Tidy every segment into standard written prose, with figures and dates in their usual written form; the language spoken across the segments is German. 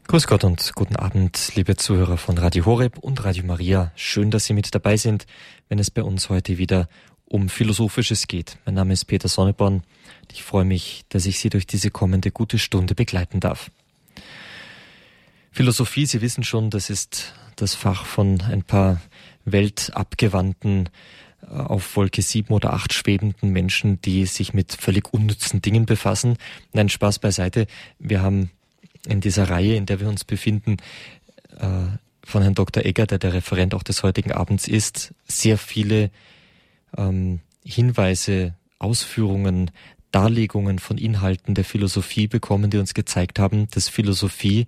Grüß Gott und guten Abend, liebe Zuhörer von Radio Horeb und Radio Maria. Schön, dass Sie mit dabei sind, wenn es bei uns heute wieder um Philosophisches geht. Mein Name ist Peter Sonneborn. Ich freue mich, dass ich Sie durch diese kommende gute Stunde begleiten darf. Philosophie, Sie wissen schon, das ist das Fach von ein paar weltabgewandten, auf Wolke 7 oder 8 schwebenden Menschen, die sich mit völlig unnützen Dingen befassen. Nein, Spaß beiseite. Wir haben in dieser Reihe, in der wir uns befinden, von Herrn Dr. Egger, der Referent auch des heutigen Abends ist, sehr viele Hinweise, Ausführungen, Darlegungen von Inhalten der Philosophie bekommen, die uns gezeigt haben, dass Philosophie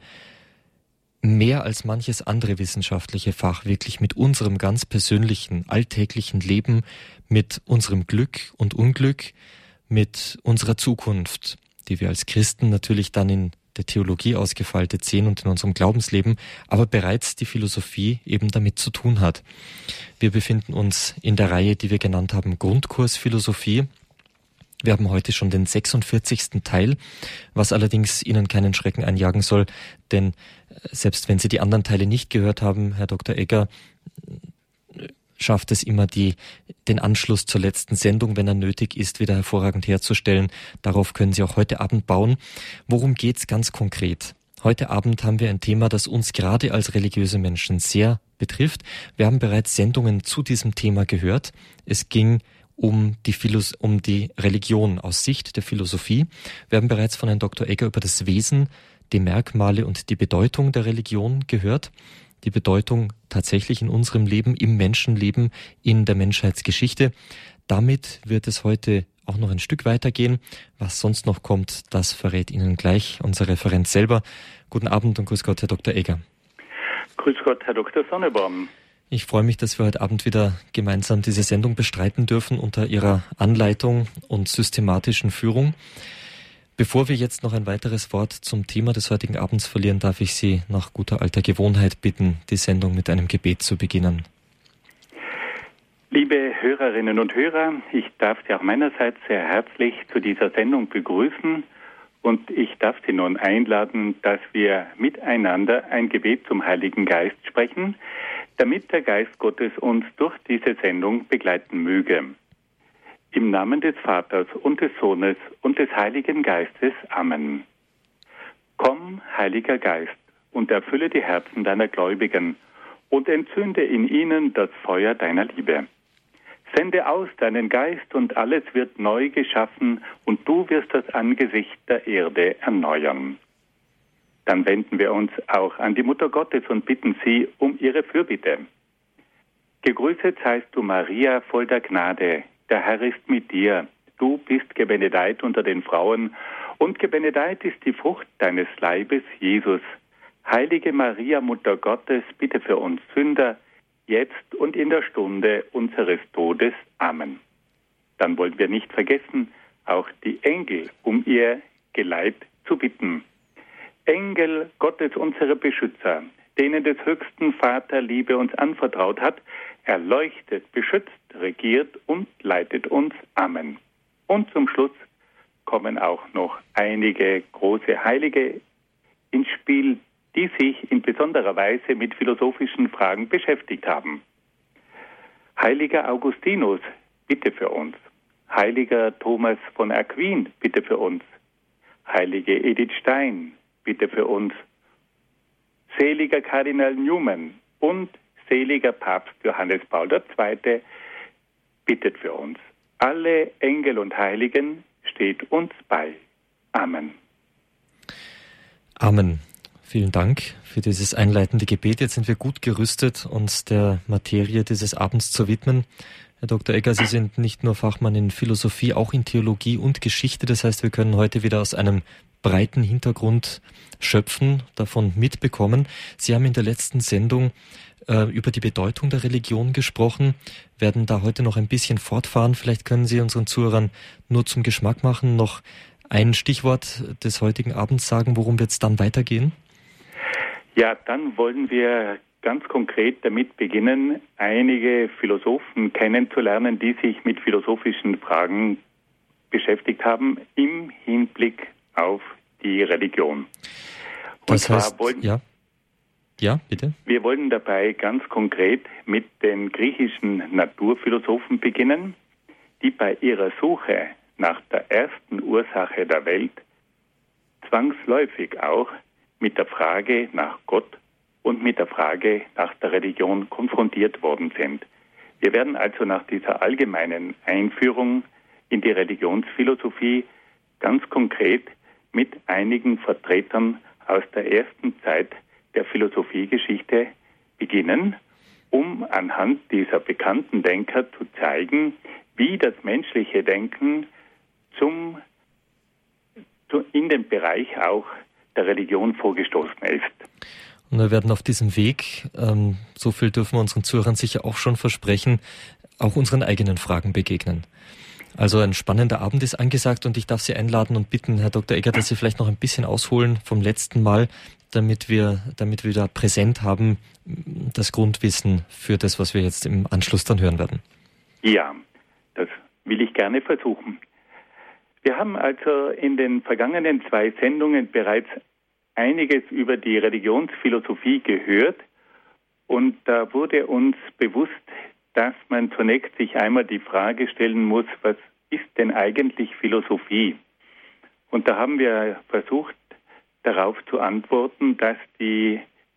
mehr als manches andere wissenschaftliche Fach wirklich mit unserem ganz persönlichen, alltäglichen Leben, mit unserem Glück und Unglück, mit unserer Zukunft, die wir als Christen natürlich dann in der Theologie ausgefaltet sehen und in unserem Glaubensleben, aber bereits die Philosophie eben damit zu tun hat. Wir befinden uns in der Reihe, die wir genannt haben, Grundkurs Philosophie. Wir haben heute schon den 46. Teil, was allerdings Ihnen keinen Schrecken einjagen soll, denn selbst wenn Sie die anderen Teile nicht gehört haben, Herr Dr. Egger schafft es immer, den Anschluss zur letzten Sendung, wenn er nötig ist, wieder hervorragend herzustellen. Darauf können Sie auch heute Abend bauen. Worum geht's ganz konkret? Heute Abend haben wir ein Thema, das uns gerade als religiöse Menschen sehr betrifft. Wir haben bereits Sendungen zu diesem Thema gehört. Es ging um die Religion aus Sicht der Philosophie. Wir haben bereits von Herrn Dr. Egger über das Wesen, die Merkmale und die Bedeutung der Religion gehört. Die Bedeutung tatsächlich in unserem Leben, im Menschenleben, in der Menschheitsgeschichte. Damit wird es heute auch noch ein Stück weitergehen. Was sonst noch kommt, das verrät Ihnen gleich unser Referent selber. Guten Abend und grüß Gott, Herr Dr. Egger. Grüß Gott, Herr Dr. Sonneborn. Ich freue mich, dass wir heute Abend wieder gemeinsam diese Sendung bestreiten dürfen unter Ihrer Anleitung und systematischen Führung. Bevor wir jetzt noch ein weiteres Wort zum Thema des heutigen Abends verlieren, darf ich Sie nach guter alter Gewohnheit bitten, die Sendung mit einem Gebet zu beginnen. Liebe Hörerinnen und Hörer, ich darf Sie auch meinerseits sehr herzlich zu dieser Sendung begrüßen und ich darf Sie nun einladen, dass wir miteinander ein Gebet zum Heiligen Geist sprechen, damit der Geist Gottes uns durch diese Sendung begleiten möge. Im Namen des Vaters und des Sohnes und des Heiligen Geistes. Amen. Komm, Heiliger Geist, und erfülle die Herzen deiner Gläubigen und entzünde in ihnen das Feuer deiner Liebe. Sende aus deinen Geist und alles wird neu geschaffen und du wirst das Angesicht der Erde erneuern. Dann wenden wir uns auch an die Mutter Gottes und bitten sie um ihre Fürbitte. Gegrüßet seist du, Maria, voll der Gnade. Der Herr ist mit dir. Du bist gebenedeit unter den Frauen und gebenedeit ist die Frucht deines Leibes, Jesus. Heilige Maria, Mutter Gottes, bitte für uns Sünder, jetzt und in der Stunde unseres Todes. Amen. Dann wollen wir nicht vergessen, auch die Engel um ihr Geleit zu bitten. Engel Gottes, unsere Beschützer, denen des höchsten Vater Liebe uns anvertraut hat, erleuchtet, beschützt, regiert und leitet uns. Amen. Und zum Schluss kommen auch noch einige große Heilige ins Spiel, die sich in besonderer Weise mit philosophischen Fragen beschäftigt haben. Heiliger Augustinus, bitte für uns. Heiliger Thomas von Aquin, bitte für uns. Heilige Edith Stein, bitte für uns. Seliger Kardinal Newman und seliger Papst Johannes Paul II. Bittet für uns. Alle Engel und Heiligen steht uns bei. Amen. Amen. Vielen Dank für dieses einleitende Gebet. Jetzt sind wir gut gerüstet, uns der Materie dieses Abends zu widmen. Herr Dr. Egger, Sie sind nicht nur Fachmann in Philosophie, auch in Theologie und Geschichte. Das heißt, wir können heute wieder aus einem breiten Hintergrund schöpfen, davon mitbekommen. Sie haben in der letzten Sendung über die Bedeutung der Religion gesprochen, werden da heute noch ein bisschen fortfahren. Vielleicht können Sie unseren Zuhörern nur zum Geschmack machen, noch ein Stichwort des heutigen Abends sagen, worum wird es dann weitergehen? Ja, dann wollen wir ganz konkret damit beginnen, einige Philosophen kennenzulernen, die sich mit philosophischen Fragen beschäftigt haben im Hinblick auf die Religion. Das heißt, ja, bitte. Wir wollen dabei ganz konkret mit den griechischen Naturphilosophen beginnen, die bei ihrer Suche nach der ersten Ursache der Welt zwangsläufig auch mit der Frage nach Gott und mit der Frage nach der Religion konfrontiert worden sind. Wir werden also nach dieser allgemeinen Einführung in die Religionsphilosophie ganz konkret mit einigen Vertretern aus der ersten Zeit der Philosophiegeschichte beginnen, um anhand dieser bekannten Denker zu zeigen, wie das menschliche Denken in den Bereich auch der Religion vorgestoßen ist. Und wir werden auf diesem Weg, so viel dürfen wir unseren Zuhörern sicher auch schon versprechen, auch unseren eigenen Fragen begegnen. Also ein spannender Abend ist angesagt und ich darf Sie einladen und bitten, Herr Dr. Egger, dass Sie vielleicht noch ein bisschen ausholen vom letzten Mal, damit wir da präsent haben, das Grundwissen für das, was wir jetzt im Anschluss dann hören werden. Ja, das will ich gerne versuchen. Wir haben also in den vergangenen 2 Sendungen bereits einiges über die Religionsphilosophie gehört und da wurde uns bewusst, dass man zunächst sich einmal die Frage stellen muss, was ist denn eigentlich Philosophie? Und da haben wir versucht, darauf zu antworten, dass die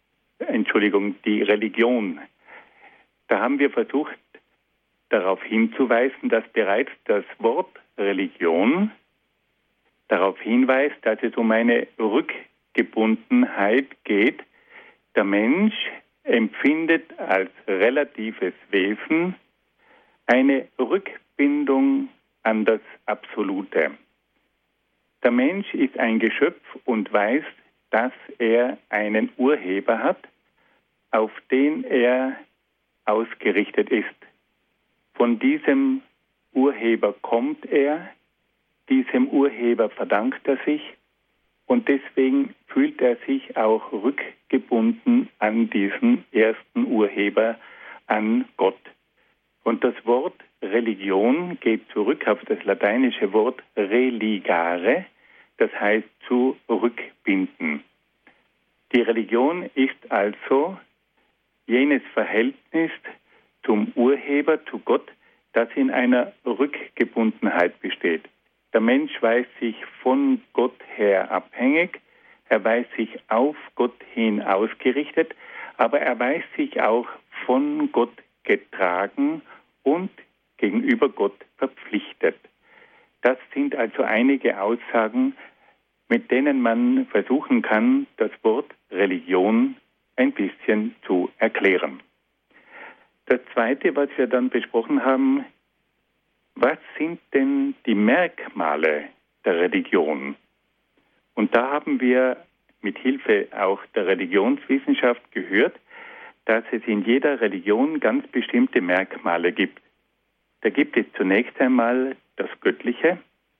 Religion, da haben wir versucht, darauf hinzuweisen, dass bereits das Wort Religion darauf hinweist, dass es um eine Rückgebundenheit geht. Der Mensch empfindet als relatives Wesen eine Rückbindung an das Absolute. Der Mensch ist ein Geschöpf und weiß, dass er einen Urheber hat, auf den er ausgerichtet ist. Von diesem Urheber kommt er, diesem Urheber verdankt er sich und deswegen fühlt er sich auch rückgebunden an diesen ersten Urheber, an Gott. Und das Wort Religion geht zurück auf das lateinische Wort religare, das heißt zu rückbinden. Die Religion ist also jenes Verhältnis zum Urheber, zu Gott, das in einer Rückgebundenheit besteht. Der Mensch weiß sich von Gott her abhängig, er weiß sich auf Gott hin ausgerichtet, aber er weiß sich auch von Gott getragen und gegenüber Gott verpflichtet. Das sind also einige Aussagen, mit denen man versuchen kann, das Wort Religion ein bisschen zu erklären. Das Zweite, was wir dann besprochen haben, was sind denn die Merkmale der Religion? Und da haben wir mit Hilfe auch der Religionswissenschaft gehört, dass es in jeder Religion ganz bestimmte Merkmale gibt. Da gibt es zunächst einmal das Göttliche,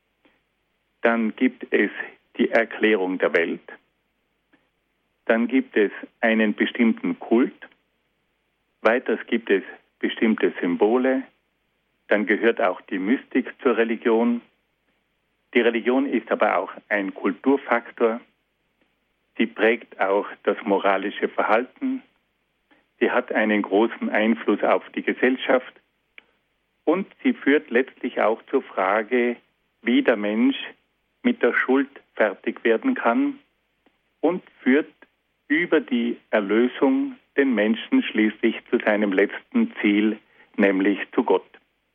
dann gibt es die Erklärung der Welt, dann gibt es einen bestimmten Kult, weiters gibt es bestimmte Symbole, dann gehört auch die Mystik zur Religion. Die Religion ist aber auch ein Kulturfaktor. Sie prägt auch das moralische Verhalten. Sie hat einen großen Einfluss auf die Gesellschaft. Und sie führt letztlich auch zur Frage, wie der Mensch mit der Schuld fertig werden kann und führt über die Erlösung den Menschen schließlich zu seinem letzten Ziel, nämlich zu Gott.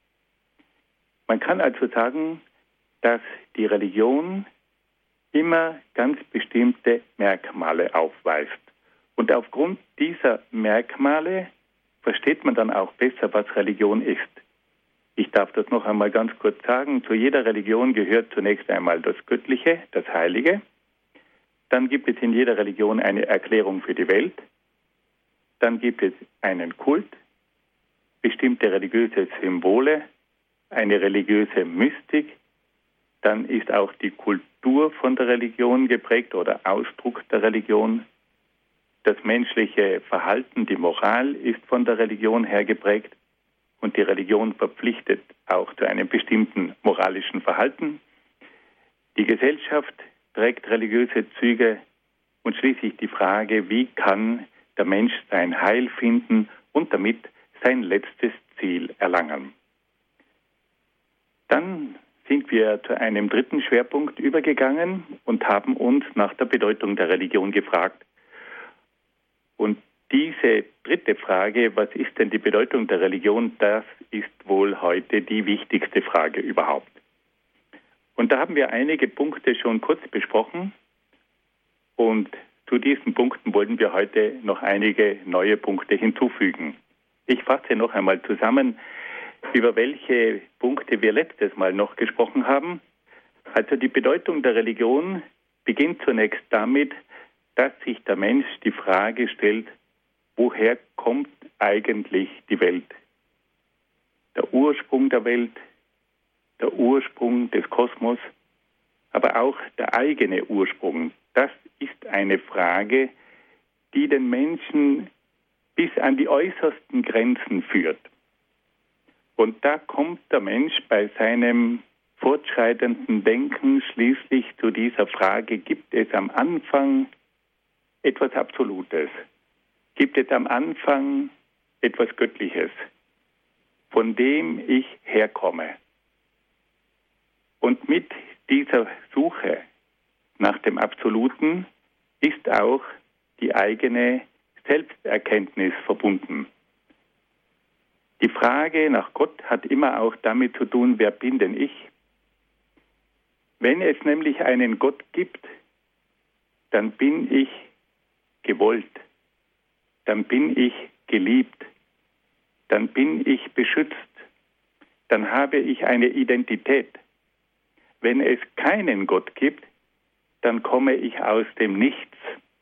Man kann also sagen, dass die Religion immer ganz bestimmte Merkmale aufweist. Und aufgrund dieser Merkmale versteht man dann auch besser, was Religion ist. Ich darf das noch einmal ganz kurz sagen. Zu jeder Religion gehört zunächst einmal das Göttliche, das Heilige. Dann gibt es in jeder Religion eine Erklärung für die Welt. Dann gibt es einen Kult, bestimmte religiöse Symbole, eine religiöse Mystik. Dann ist auch die Kultur von der Religion geprägt oder Ausdruck der Religion. Das menschliche Verhalten, die Moral ist von der Religion her geprägt und die Religion verpflichtet auch zu einem bestimmten moralischen Verhalten. Die Gesellschaft trägt religiöse Züge, und schließlich die Frage, wie kann der Mensch sein Heil finden und damit sein letztes Ziel erlangen. Dann sind wir zu einem dritten Schwerpunkt übergegangen und haben uns nach der Bedeutung der Religion gefragt. Und diese dritte Frage, was ist denn die Bedeutung der Religion, das ist wohl heute die wichtigste Frage überhaupt. Und da haben wir einige Punkte schon kurz besprochen und zu diesen Punkten wollten wir heute noch einige neue Punkte hinzufügen. Ich fasse noch einmal zusammen, über welche Punkte wir letztes Mal noch gesprochen haben. Also die Bedeutung der Religion beginnt zunächst damit, dass sich der Mensch die Frage stellt, woher kommt eigentlich die Welt? Der Ursprung der Welt, der Ursprung des Kosmos, aber auch der eigene Ursprung. Das ist eine Frage, die den Menschen bis an die äußersten Grenzen führt. Und da kommt der Mensch bei seinem fortschreitenden Denken schließlich zu dieser Frage, gibt es am Anfang etwas Absolutes? Gibt es am Anfang etwas Göttliches, von dem ich herkomme? Und mit dieser Suche nach dem Absoluten ist auch die eigene Selbsterkenntnis verbunden. Die Frage nach Gott hat immer auch damit zu tun, wer bin denn ich? Wenn es nämlich einen Gott gibt, dann bin ich gewollt, dann bin ich geliebt, dann bin ich beschützt, dann habe ich eine Identität. Wenn es keinen Gott gibt, dann komme ich aus dem Nichts.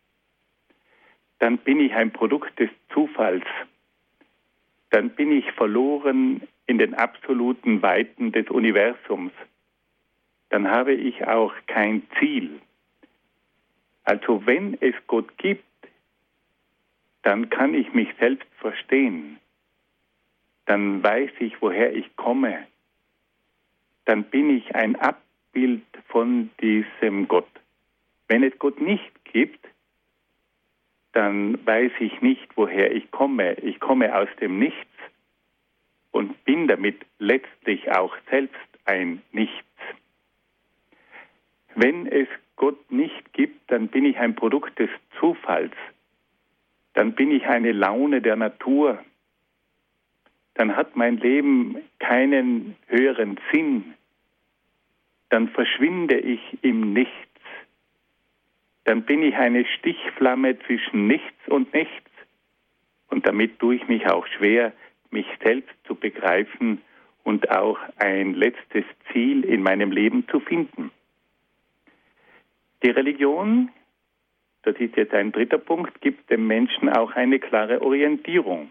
Dann bin ich ein Produkt des Zufalls. Dann bin ich verloren in den absoluten Weiten des Universums. Dann habe ich auch kein Ziel. Also wenn es Gott gibt, dann kann ich mich selbst verstehen. Dann weiß ich, woher ich komme. Dann bin ich ein Abbild von diesem Gott. Wenn es Gott nicht gibt, dann weiß ich nicht, woher ich komme. Ich komme aus dem Nichts und bin damit letztlich auch selbst ein Nichts. Wenn es Gott nicht gibt, dann bin ich ein Produkt des Zufalls. Dann bin ich eine Laune der Natur. Dann hat mein Leben keinen höheren Sinn. Dann verschwinde ich im Nichts. Dann bin ich eine Stichflamme zwischen nichts und nichts. Und damit tue ich mich auch schwer, mich selbst zu begreifen und auch ein letztes Ziel in meinem Leben zu finden. Die Religion, das ist jetzt ein dritter Punkt, gibt dem Menschen auch eine klare Orientierung.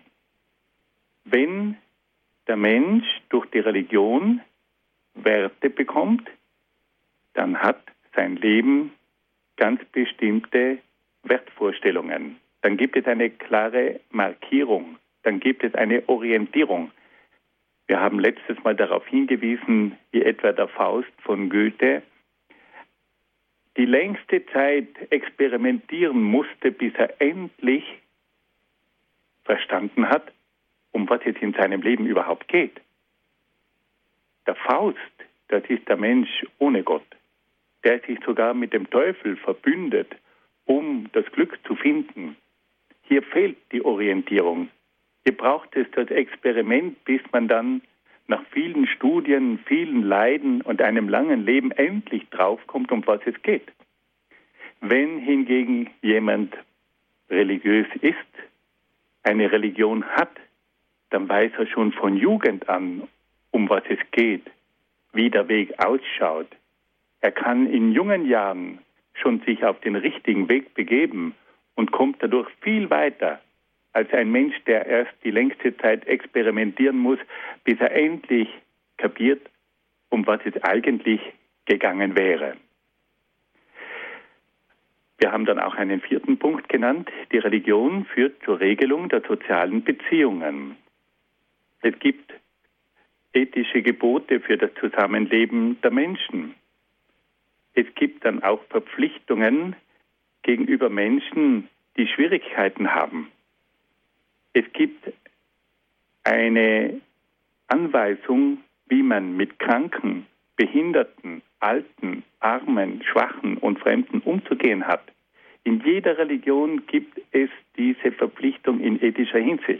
Wenn der Mensch durch die Religion Werte bekommt, dann hat sein Leben ganz bestimmte Wertvorstellungen. Dann gibt es eine klare Markierung, dann gibt es eine Orientierung. Wir haben letztes Mal darauf hingewiesen, wie etwa der Faust von Goethe die längste Zeit experimentieren musste, bis er endlich verstanden hat, um was es in seinem Leben überhaupt geht. Der Faust, das ist der Mensch ohne Gott, der sich sogar mit dem Teufel verbündet, um das Glück zu finden. Hier fehlt die Orientierung. Hier braucht es das Experiment, bis man dann nach vielen Studien, vielen Leiden und einem langen Leben endlich draufkommt, um was es geht. Wenn hingegen jemand religiös ist, eine Religion hat, dann weiß er schon von Jugend an, um was es geht, wie der Weg ausschaut. Er kann in jungen Jahren schon sich auf den richtigen Weg begeben und kommt dadurch viel weiter als ein Mensch, der erst die längste Zeit experimentieren muss, bis er endlich kapiert, um was es eigentlich gegangen wäre. Wir haben dann auch einen vierten Punkt genannt. Die Religion führt zur Regelung der sozialen Beziehungen. Es gibt ethische Gebote für das Zusammenleben der Menschen. Es gibt dann auch Verpflichtungen gegenüber Menschen, die Schwierigkeiten haben. Es gibt eine Anweisung, wie man mit Kranken, Behinderten, Alten, Armen, Schwachen und Fremden umzugehen hat. In jeder Religion gibt es diese Verpflichtung in ethischer Hinsicht.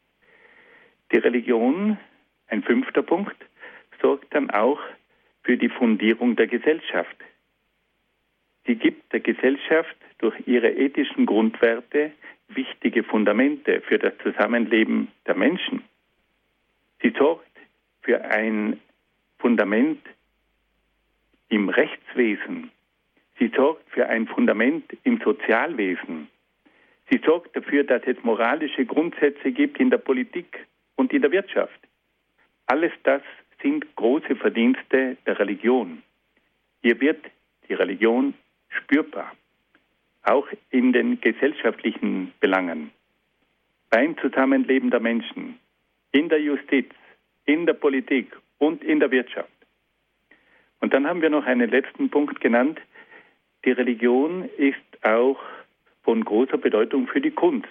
Die Religion, ein 5. Punkt, sorgt dann auch für die Fundierung der Gesellschaft. Sie gibt der Gesellschaft durch ihre ethischen Grundwerte wichtige Fundamente für das Zusammenleben der Menschen. Sie sorgt für ein Fundament im Rechtswesen. Sie sorgt für ein Fundament im Sozialwesen. Sie sorgt dafür, dass es moralische Grundsätze gibt in der Politik und in der Wirtschaft. Alles das sind große Verdienste der Religion. Hier wird die Religion spürbar, auch in den gesellschaftlichen Belangen, beim Zusammenleben der Menschen, in der Justiz, in der Politik und in der Wirtschaft. Und dann haben wir noch einen letzten Punkt genannt. Die Religion ist auch von großer Bedeutung für die Kunst.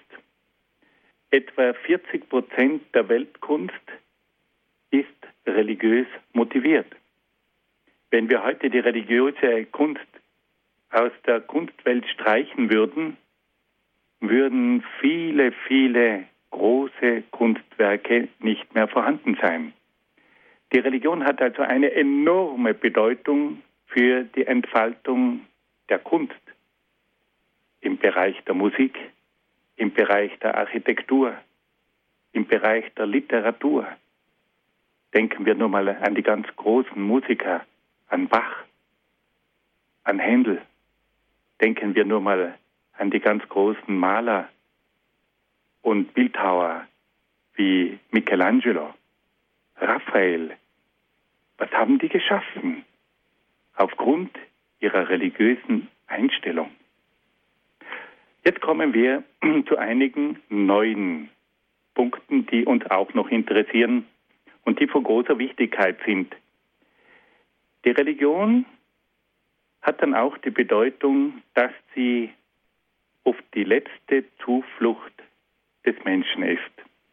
Etwa 40% der Weltkunst ist religiös motiviert. Wenn wir heute die religiöse Kunst aus der Kunstwelt streichen würden, würden viele, viele große Kunstwerke nicht mehr vorhanden sein. Die Religion hat also eine enorme Bedeutung für die Entfaltung der Kunst im Bereich der Musik, im Bereich der Architektur, im Bereich der Literatur. Denken wir nur mal an die ganz großen Musiker, an Bach, an Händel. Denken wir nur mal an die ganz großen Maler und Bildhauer wie Michelangelo, Raphael. Was haben die geschaffen? Aufgrund ihrer religiösen Einstellung. Jetzt kommen wir zu einigen neuen Punkten, die uns auch noch interessieren und die von großer Wichtigkeit sind. Die Religion hat dann auch die Bedeutung, dass sie oft die letzte Zuflucht des Menschen ist.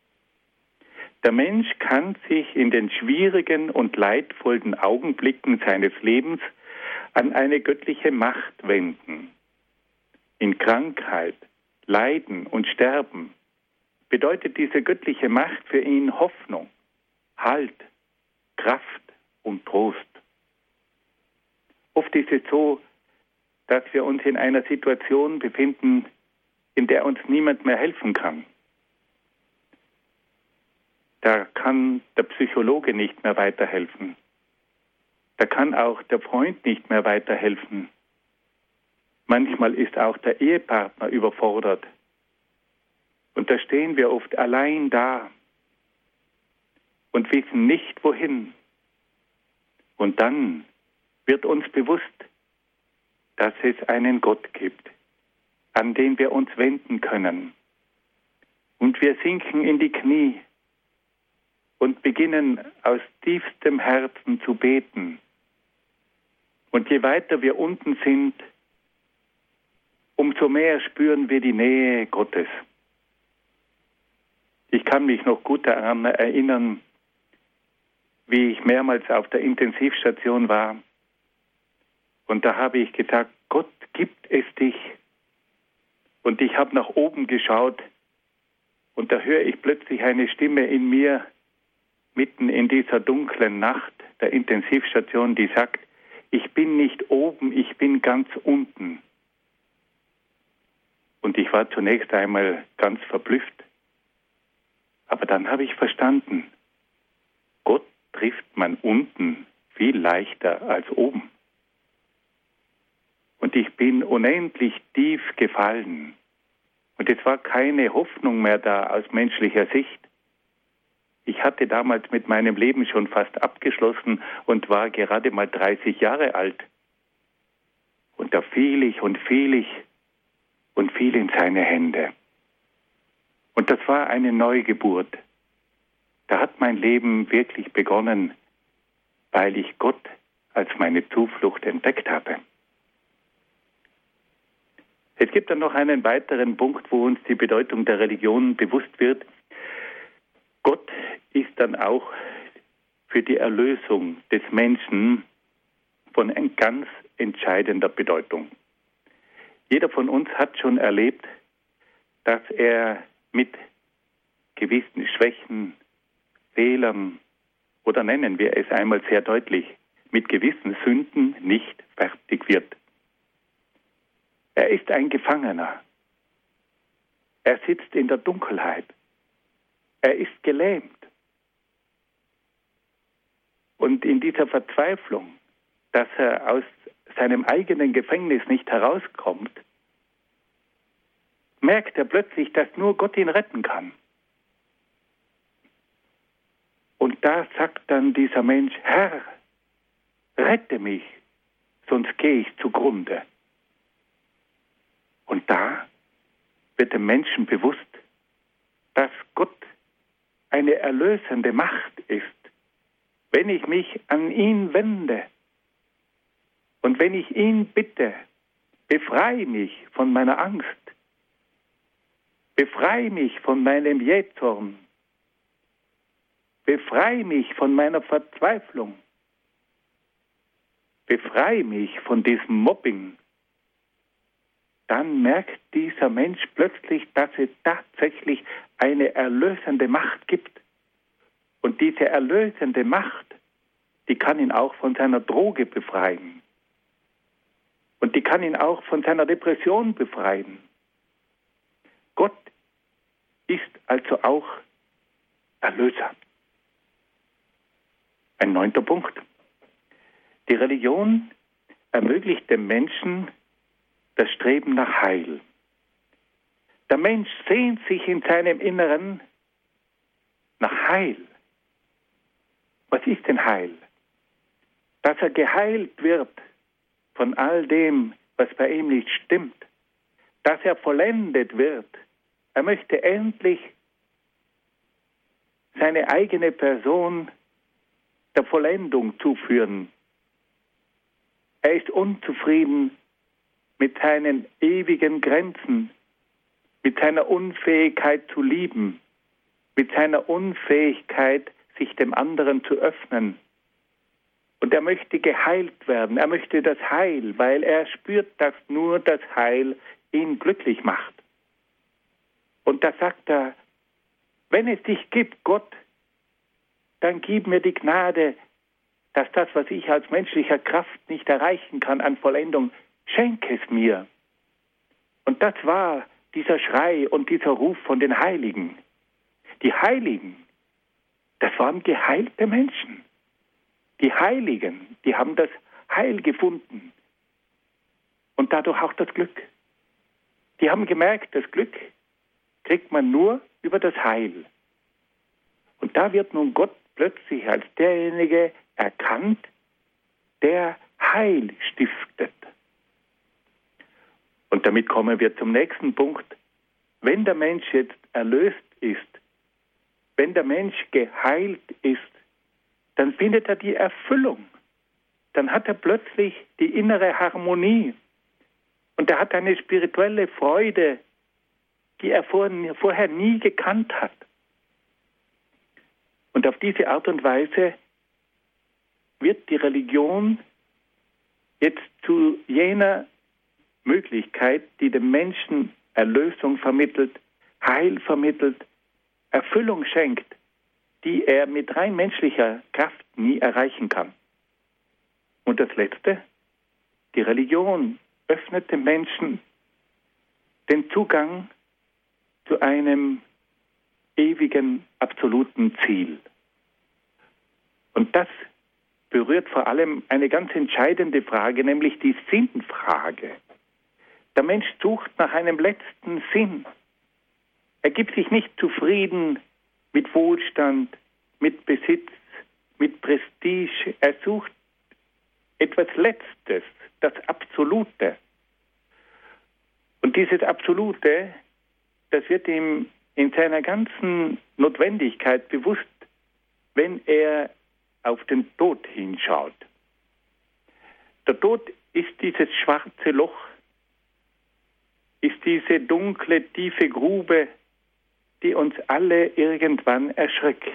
Der Mensch kann sich in den schwierigen und leidvollen Augenblicken seines Lebens an eine göttliche Macht wenden. In Krankheit, Leiden und Sterben bedeutet diese göttliche Macht für ihn Hoffnung, Halt, Kraft und Trost. Oft ist es so, dass wir uns in einer Situation befinden, in der uns niemand mehr helfen kann. Da kann der Psychologe nicht mehr weiterhelfen. Da kann auch der Freund nicht mehr weiterhelfen. Manchmal ist auch der Ehepartner überfordert. Und da stehen wir oft allein da und wissen nicht, wohin. Und dann wird uns bewusst, dass es einen Gott gibt, an den wir uns wenden können. Und wir sinken in die Knie und beginnen aus tiefstem Herzen zu beten. Und je weiter wir unten sind, umso mehr spüren wir die Nähe Gottes. Ich kann mich noch gut daran erinnern, wie ich mehrmals auf der Intensivstation war. Und da habe ich gesagt, Gott, gibt es dich? Und ich habe nach oben geschaut und da höre ich plötzlich eine Stimme in mir, mitten in dieser dunklen Nacht der Intensivstation, die sagt, ich bin nicht oben, ich bin ganz unten. Und ich war zunächst einmal ganz verblüfft. Aber dann habe ich verstanden, Gott trifft man unten viel leichter als oben. Und ich bin unendlich tief gefallen. Und es war keine Hoffnung mehr da aus menschlicher Sicht. Ich hatte damals mit meinem Leben schon fast abgeschlossen und war gerade mal 30 Jahre alt. Und da fiel ich und fiel in seine Hände. Und das war eine Neugeburt. Da hat mein Leben wirklich begonnen, weil ich Gott als meine Zuflucht entdeckt habe. Es gibt dann noch einen weiteren Punkt, wo uns die Bedeutung der Religion bewusst wird. Gott ist dann auch für die Erlösung des Menschen von ganz entscheidender Bedeutung. Jeder von uns hat schon erlebt, dass er mit gewissen Schwächen, Fehlern oder nennen wir es einmal sehr deutlich, mit gewissen Sünden nicht fertig wird. Er ist ein Gefangener. Er sitzt in der Dunkelheit. Er ist gelähmt. Und in dieser Verzweiflung, dass er aus seinem eigenen Gefängnis nicht herauskommt, merkt er plötzlich, dass nur Gott ihn retten kann. Und da sagt dann dieser Mensch: Herr, rette mich, sonst gehe ich zugrunde. Und da wird dem Menschen bewusst, dass Gott eine erlösende Macht ist, wenn ich mich an ihn wende und wenn ich ihn bitte, befreie mich von meiner Angst, befreie mich von meinem Jähzorn, befreie mich von meiner Verzweiflung, befreie mich von diesem Mobbing, dann merkt dieser Mensch plötzlich, dass es tatsächlich eine erlösende Macht gibt. Und diese erlösende Macht, die kann ihn auch von seiner Droge befreien. Und die kann ihn auch von seiner Depression befreien. Gott ist also auch Erlöser. Ein 9. Punkt. Die Religion ermöglicht dem Menschen das Streben nach Heil. Der Mensch sehnt sich in seinem Inneren nach Heil. Was ist denn Heil? Dass er geheilt wird von all dem, was bei ihm nicht stimmt. Dass er vollendet wird. Er möchte endlich seine eigene Person der Vollendung zuführen. Er ist unzufrieden mit seinen ewigen Grenzen, mit seiner Unfähigkeit zu lieben, mit seiner Unfähigkeit, sich dem anderen zu öffnen. Und er möchte geheilt werden, er möchte das Heil, weil er spürt, dass nur das Heil ihn glücklich macht. Und da sagt er: Wenn es dich gibt, Gott, dann gib mir die Gnade, dass das, was ich als menschlicher Kraft nicht erreichen kann an Vollendung, schenk es mir. Und das war dieser Schrei und dieser Ruf von den Heiligen. Die Heiligen, das waren geheilte Menschen. Die Heiligen, die haben das Heil gefunden und dadurch auch das Glück. Die haben gemerkt, das Glück kriegt man nur über das Heil. Und da wird nun Gott plötzlich als derjenige erkannt, der Heil stiftet. Und damit kommen wir zum nächsten Punkt. Wenn der Mensch jetzt erlöst ist, wenn der Mensch geheilt ist, dann findet er die Erfüllung. Dann hat er plötzlich die innere Harmonie. Und er hat eine spirituelle Freude, die er vorher nie gekannt hat. Und auf diese Art und Weise wird die Religion jetzt zu jener Möglichkeit, die dem Menschen Erlösung vermittelt, Heil vermittelt, Erfüllung schenkt, die er mit rein menschlicher Kraft nie erreichen kann. Und das Letzte, die Religion öffnet dem Menschen den Zugang zu einem ewigen, absoluten Ziel. Und das berührt vor allem eine ganz entscheidende Frage, nämlich die Sinnfrage. Der Mensch sucht nach einem letzten Sinn. Er gibt sich nicht zufrieden mit Wohlstand, mit Besitz, mit Prestige. Er sucht etwas Letztes, das Absolute. Und dieses Absolute, das wird ihm in seiner ganzen Notwendigkeit bewusst, wenn er auf den Tod hinschaut. Der Tod ist dieses schwarze Loch, ist diese dunkle, tiefe Grube, die uns alle irgendwann erschreckt.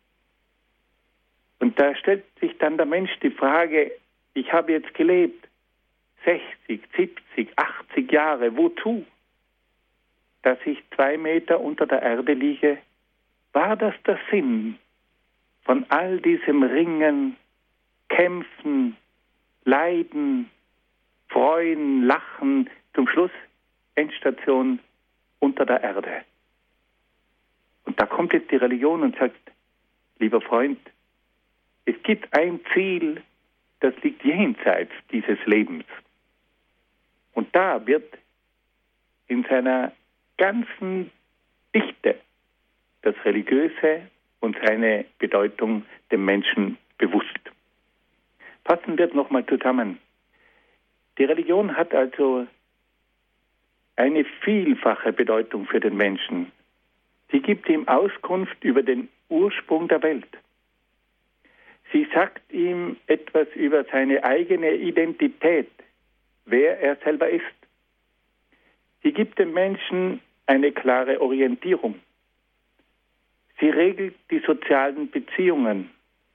Und da stellt sich dann der Mensch die Frage, ich habe jetzt gelebt, 60, 70, 80 Jahre, wozu? Dass ich 2 Meter unter der Erde liege, war das der Sinn von all diesem Ringen, Kämpfen, Leiden, Freuen, Lachen, zum Schluss Endstation unter der Erde? Und da kommt jetzt die Religion und sagt, lieber Freund, es gibt ein Ziel, das liegt jenseits dieses Lebens. Und da wird in seiner ganzen Dichte das Religiöse und seine Bedeutung dem Menschen bewusst. Fassen wir es nochmal zusammen. Die Religion hat also eine vielfache Bedeutung für den Menschen. Sie gibt ihm Auskunft über den Ursprung der Welt. Sie sagt ihm etwas über seine eigene Identität, wer er selber ist. Sie gibt dem Menschen eine klare Orientierung. Sie regelt die sozialen Beziehungen.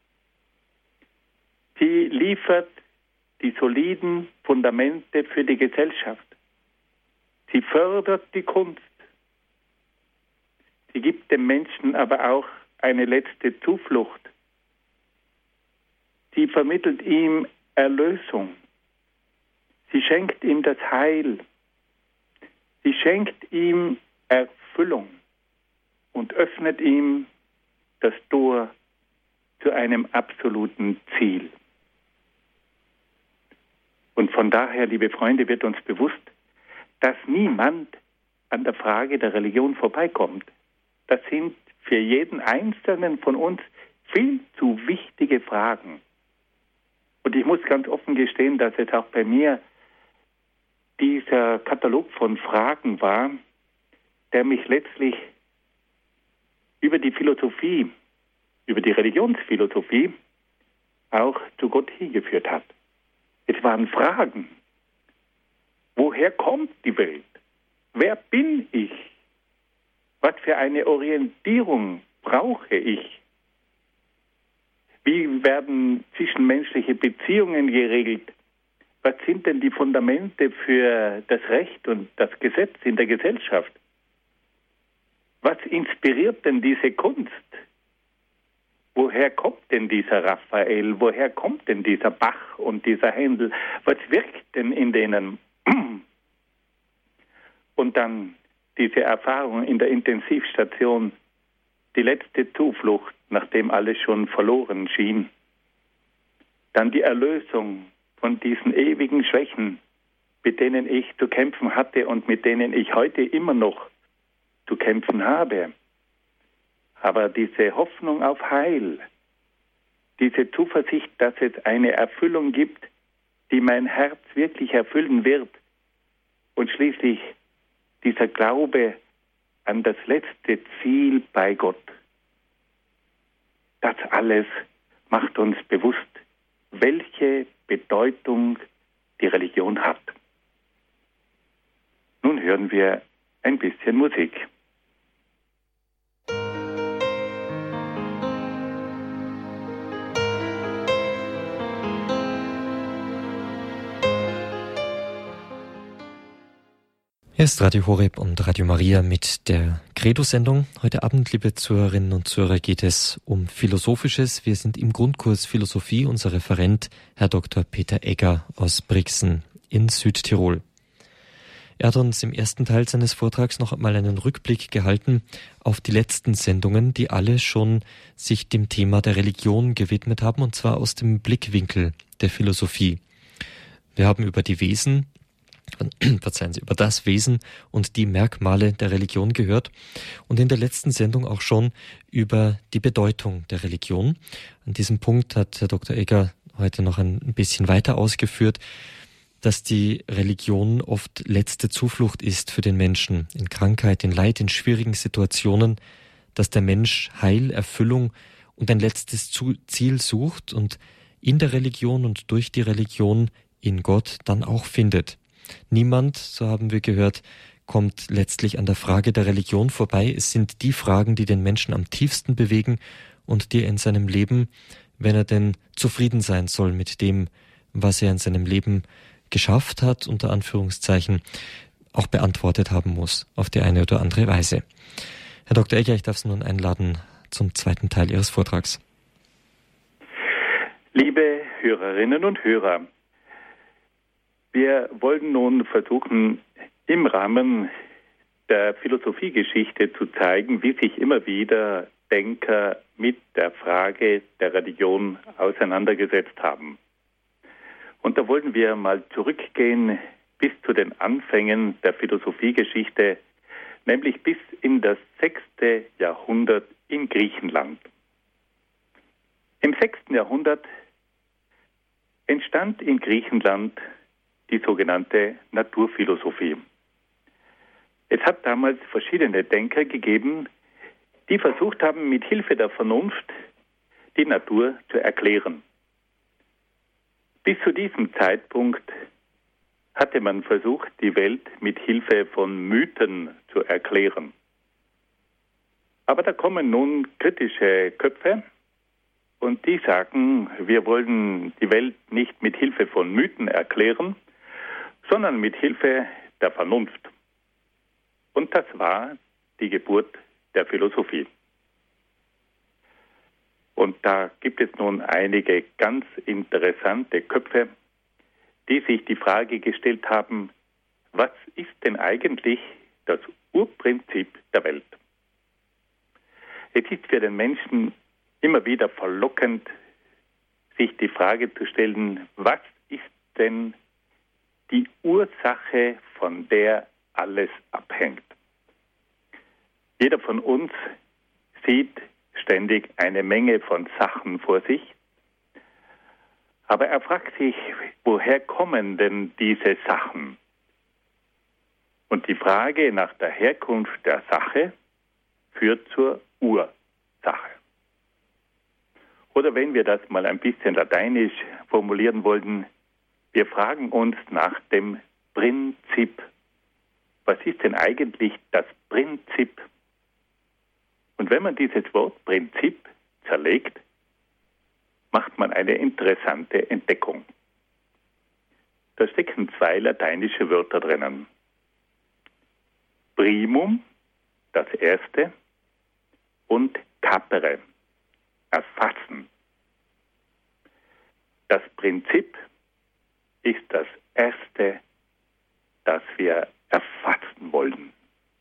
Sie liefert die soliden Fundamente für die Gesellschaft. Sie fördert die Kunst. Sie gibt dem Menschen aber auch eine letzte Zuflucht. Sie vermittelt ihm Erlösung. Sie schenkt ihm das Heil. Sie schenkt ihm Erfüllung und öffnet ihm das Tor zu einem absoluten Ziel. Und von daher, liebe Freunde, wird uns bewusst, dass niemand an der Frage der Religion vorbeikommt. Das sind für jeden Einzelnen von uns viel zu wichtige Fragen. Und ich muss ganz offen gestehen, dass es auch bei mir dieser Katalog von Fragen war, der mich letztlich über die Philosophie, über die Religionsphilosophie auch zu Gott hingeführt hat. Es waren Fragen. Woher kommt die Welt? Wer bin ich? Was für eine Orientierung brauche ich? Wie werden zwischenmenschliche Beziehungen geregelt? Was sind denn die Fundamente für das Recht und das Gesetz in der Gesellschaft? Was inspiriert denn diese Kunst? Woher kommt denn dieser Raphael? Woher kommt denn dieser Bach und dieser Händel? Was wirkt denn in denen? Und dann diese Erfahrung in der Intensivstation, die letzte Zuflucht, nachdem alles schon verloren schien. Dann die Erlösung von diesen ewigen Schwächen, mit denen ich zu kämpfen hatte und mit denen ich heute immer noch zu kämpfen habe. Aber diese Hoffnung auf Heil, diese Zuversicht, dass es eine Erfüllung gibt, die mein Herz wirklich erfüllen wird, und schließlich dieser Glaube an das letzte Ziel bei Gott. Das alles macht uns bewusst, welche Bedeutung die Religion hat. Nun hören wir ein bisschen Musik. Hier ist Radio Horeb und Radio Maria mit der Credo-Sendung. Heute Abend, liebe Zuhörerinnen und Zuhörer, geht es um Philosophisches. Wir sind im Grundkurs Philosophie. Unser Referent, Herr Dr. Peter Egger aus Brixen in Südtirol. Er hat uns im ersten Teil seines Vortrags noch einmal einen Rückblick gehalten auf die letzten Sendungen, die alle schon sich dem Thema der Religion gewidmet haben, und zwar aus dem Blickwinkel der Philosophie. Wir haben über die Wesen, über das Wesen und die Merkmale der Religion gehört und in der letzten Sendung auch schon über die Bedeutung der Religion. An diesem Punkt hat Herr Dr. Egger heute noch ein bisschen weiter ausgeführt, dass die Religion oft letzte Zuflucht ist für den Menschen in Krankheit, in Leid, in schwierigen Situationen, dass der Mensch Heil, Erfüllung und ein letztes Ziel sucht und in der Religion und durch die Religion in Gott dann auch findet. Niemand, so haben wir gehört, kommt letztlich an der Frage der Religion vorbei. Es sind die Fragen, die den Menschen am tiefsten bewegen und die er in seinem Leben, wenn er denn zufrieden sein soll mit dem, was er in seinem Leben geschafft hat, unter Anführungszeichen, auch beantwortet haben muss, auf die eine oder andere Weise. Herr Dr. Egger, ich darf Sie nun einladen zum zweiten Teil Ihres Vortrags. Liebe Hörerinnen und Hörer, wir wollen nun versuchen, im Rahmen der Philosophiegeschichte zu zeigen, wie sich immer wieder Denker mit der Frage der Religion auseinandergesetzt haben. Und da wollen wir mal zurückgehen bis zu den Anfängen der Philosophiegeschichte, nämlich bis in das 6. Jahrhundert in Griechenland. Im 6. Jahrhundert entstand in Griechenland die sogenannte Naturphilosophie. Es hat damals verschiedene Denker gegeben, die versucht haben, mit Hilfe der Vernunft die Natur zu erklären. Bis zu diesem Zeitpunkt hatte man versucht, die Welt mit Hilfe von Mythen zu erklären. Aber da kommen nun kritische Köpfe und die sagen, wir wollen die Welt nicht mit Hilfe von Mythen erklären, sondern mit Hilfe der Vernunft. Und das war die Geburt der Philosophie. Und da gibt es nun einige ganz interessante Köpfe, die sich die Frage gestellt haben, was ist denn eigentlich das Urprinzip der Welt? Es ist für den Menschen immer wieder verlockend, sich die Frage zu stellen, was ist denn die Ursache, von der alles abhängt? Jeder von uns sieht ständig eine Menge von Sachen vor sich, aber er fragt sich, woher kommen denn diese Sachen? Und die Frage nach der Herkunft der Sache führt zur Ursache. Oder wenn wir das mal ein bisschen lateinisch formulieren wollten, wir fragen uns nach dem Prinzip. Was ist denn eigentlich das Prinzip? Und wenn man dieses Wort Prinzip zerlegt, macht man eine interessante Entdeckung. Da stecken zwei lateinische Wörter drinnen. Primum, das erste, und capere, erfassen. Das Prinzip ist das erste, das wir erfassen wollen.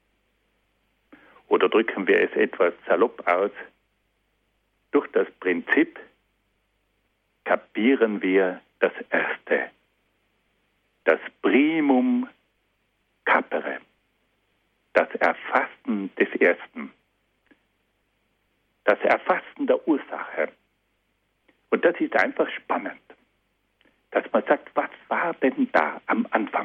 Oder drücken wir es etwas salopp aus, durch das Prinzip kapieren wir das Erste, das Primum capere, das Erfassen des Ersten, das Erfassen der Ursache. Und das ist einfach spannend, dass man sagt, was war denn da am Anfang?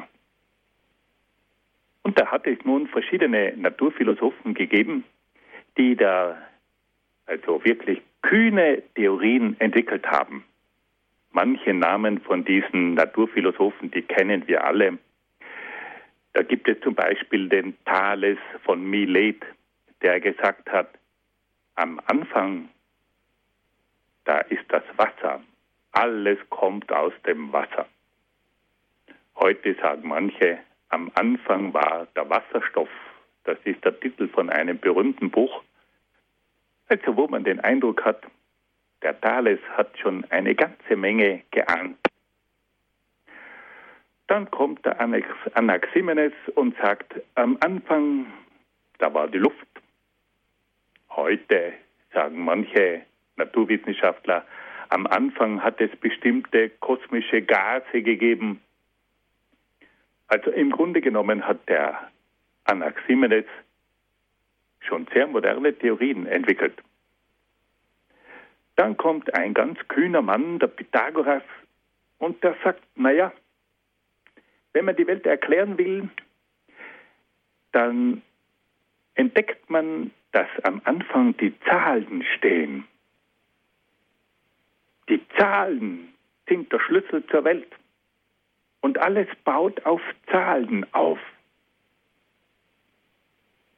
Und da hat es nun verschiedene Naturphilosophen gegeben, die da also wirklich kühne Theorien entwickelt haben. Manche Namen von diesen Naturphilosophen, die kennen wir alle. Da gibt es zum Beispiel den Thales von Milet, der gesagt hat, am Anfang, da ist das Wasser. Alles kommt aus dem Wasser. Heute sagen manche, am Anfang war der Wasserstoff. Das ist der Titel von einem berühmten Buch. Also wo man den Eindruck hat, der Thales hat schon eine ganze Menge geahnt. Dann kommt der Anaximenes und sagt, am Anfang, da war die Luft. Heute sagen manche Naturwissenschaftler, am Anfang hat es bestimmte kosmische Gase gegeben. Also im Grunde genommen hat der Anaximenes schon sehr moderne Theorien entwickelt. Dann kommt ein ganz kühner Mann, der Pythagoras, und der sagt, naja, wenn man die Welt erklären will, dann entdeckt man, dass am Anfang die Zahlen stehen. Die Zahlen sind der Schlüssel zur Welt. Und alles baut auf Zahlen auf.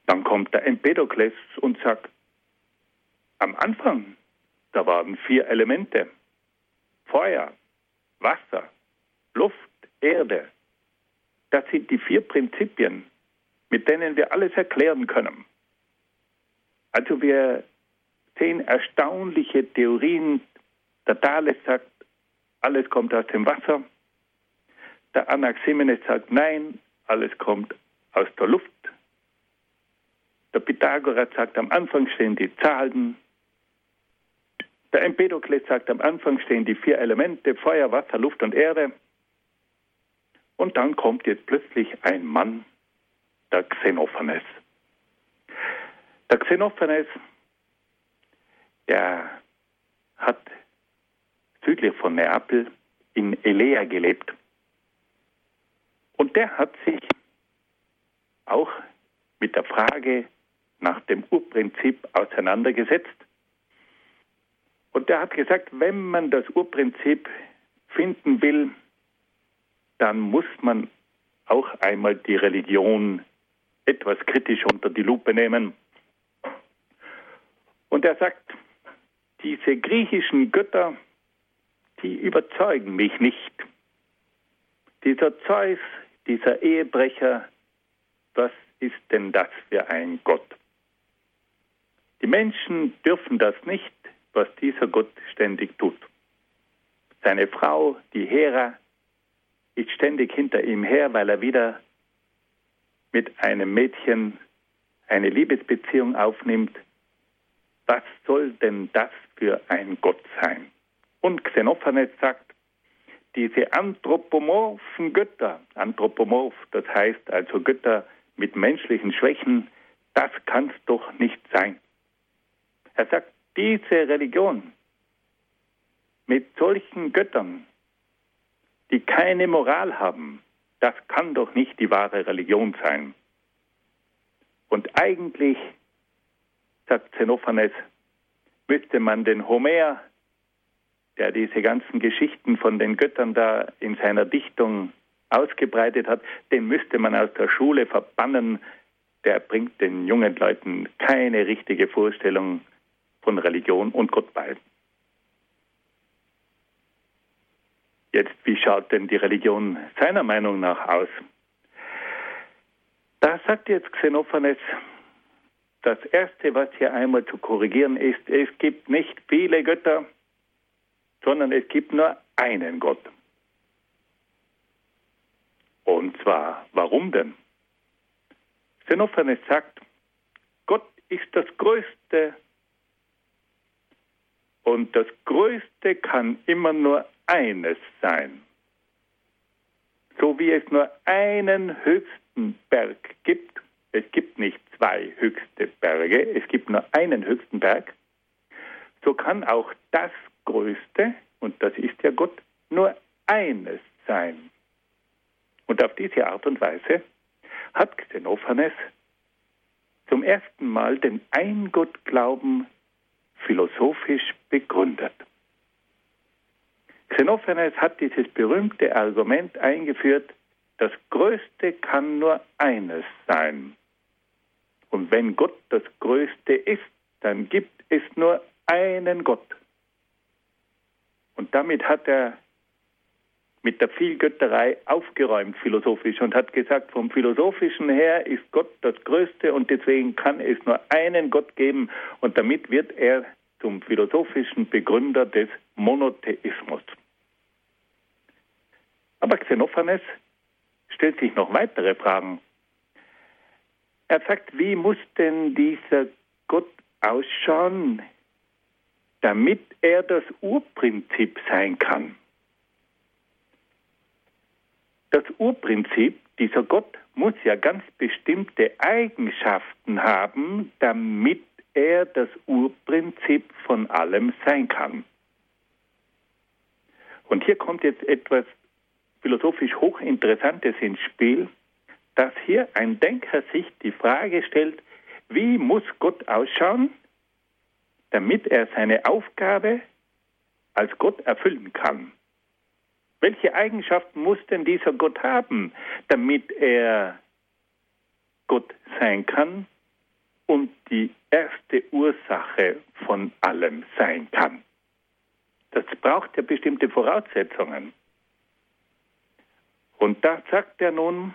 Dann kommt der Empedokles und sagt, am Anfang, da waren 4 Elemente. Feuer, Wasser, Luft, Erde. Das sind die 4 Prinzipien, mit denen wir alles erklären können. Also wir sehen erstaunliche Theorien. Der Thales sagt, alles kommt aus dem Wasser. Der Anaximenes sagt, nein, alles kommt aus der Luft. Der Pythagoras sagt, am Anfang stehen die Zahlen. Der Empedokles sagt, am Anfang stehen die 4 Elemente, Feuer, Wasser, Luft und Erde. Und dann kommt jetzt plötzlich ein Mann, der Xenophanes. Der Xenophanes, der hat südlich von Neapel in Elea gelebt. Und der hat sich auch mit der Frage nach dem Urprinzip auseinandergesetzt. Und der hat gesagt, wenn man das Urprinzip finden will, dann muss man auch einmal die Religion etwas kritisch unter die Lupe nehmen. Und er sagt, diese griechischen Götter, die überzeugen mich nicht. Dieser Zeus, dieser Ehebrecher, was ist denn das für ein Gott? Die Menschen dürfen das nicht, was dieser Gott ständig tut. Seine Frau, die Hera, ist ständig hinter ihm her, weil er wieder mit einem Mädchen eine Liebesbeziehung aufnimmt. Was soll denn das für ein Gott sein? Und Xenophanes sagt, diese anthropomorphen Götter, anthropomorph, das heißt also Götter mit menschlichen Schwächen, das kann es doch nicht sein. Er sagt, diese Religion mit solchen Göttern, die keine Moral haben, das kann doch nicht die wahre Religion sein. Und eigentlich, sagt Xenophanes, müsste man den Homer, der diese ganzen Geschichten von den Göttern da in seiner Dichtung ausgebreitet hat, den müsste man aus der Schule verbannen. Der bringt den jungen Leuten keine richtige Vorstellung von Religion und Gott bei. Jetzt, wie schaut denn die Religion seiner Meinung nach aus? Da sagt jetzt Xenophanes, das Erste, was hier einmal zu korrigieren ist, es gibt nicht viele Götter, sondern es gibt nur einen Gott. Und zwar, warum denn? Xenophanes sagt, Gott ist das Größte und das Größte kann immer nur eines sein. So wie es nur einen höchsten Berg gibt, es gibt nicht 2 höchste Berge, es gibt nur einen höchsten Berg, so kann auch das Größte, und das ist ja Gott, nur eines sein. Und auf diese Art und Weise hat Xenophanes zum ersten Mal den Eingottglauben philosophisch begründet. Xenophanes hat dieses berühmte Argument eingeführt, das Größte kann nur eines sein. Und wenn Gott das Größte ist, dann gibt es nur einen Gott. Und damit hat er mit der Vielgötterei aufgeräumt philosophisch und hat gesagt, vom Philosophischen her ist Gott das Größte und deswegen kann es nur einen Gott geben und damit wird er zum philosophischen Begründer des Monotheismus. Aber Xenophanes stellt sich noch weitere Fragen. Er sagt, wie muss denn dieser Gott ausschauen, damit er das Urprinzip sein kann? Das Urprinzip, dieser Gott, muss ja ganz bestimmte Eigenschaften haben, damit er das Urprinzip von allem sein kann. Und hier kommt jetzt etwas philosophisch Hochinteressantes ins Spiel, dass hier ein Denker sich die Frage stellt, wie muss Gott ausschauen, damit er seine Aufgabe als Gott erfüllen kann? Welche Eigenschaften muss denn dieser Gott haben, damit er Gott sein kann und die erste Ursache von allem sein kann. Das braucht ja bestimmte Voraussetzungen. Und da sagt er nun,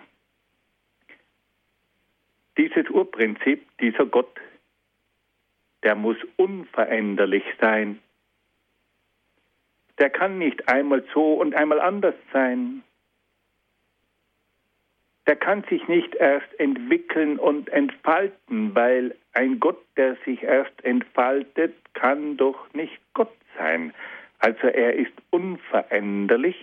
dieses Urprinzip, dieser Gott, der muss unveränderlich sein. Der kann nicht einmal so und einmal anders sein. Der kann sich nicht erst entwickeln und entfalten, weil ein Gott, der sich erst entfaltet, kann doch nicht Gott sein. Also er ist unveränderlich.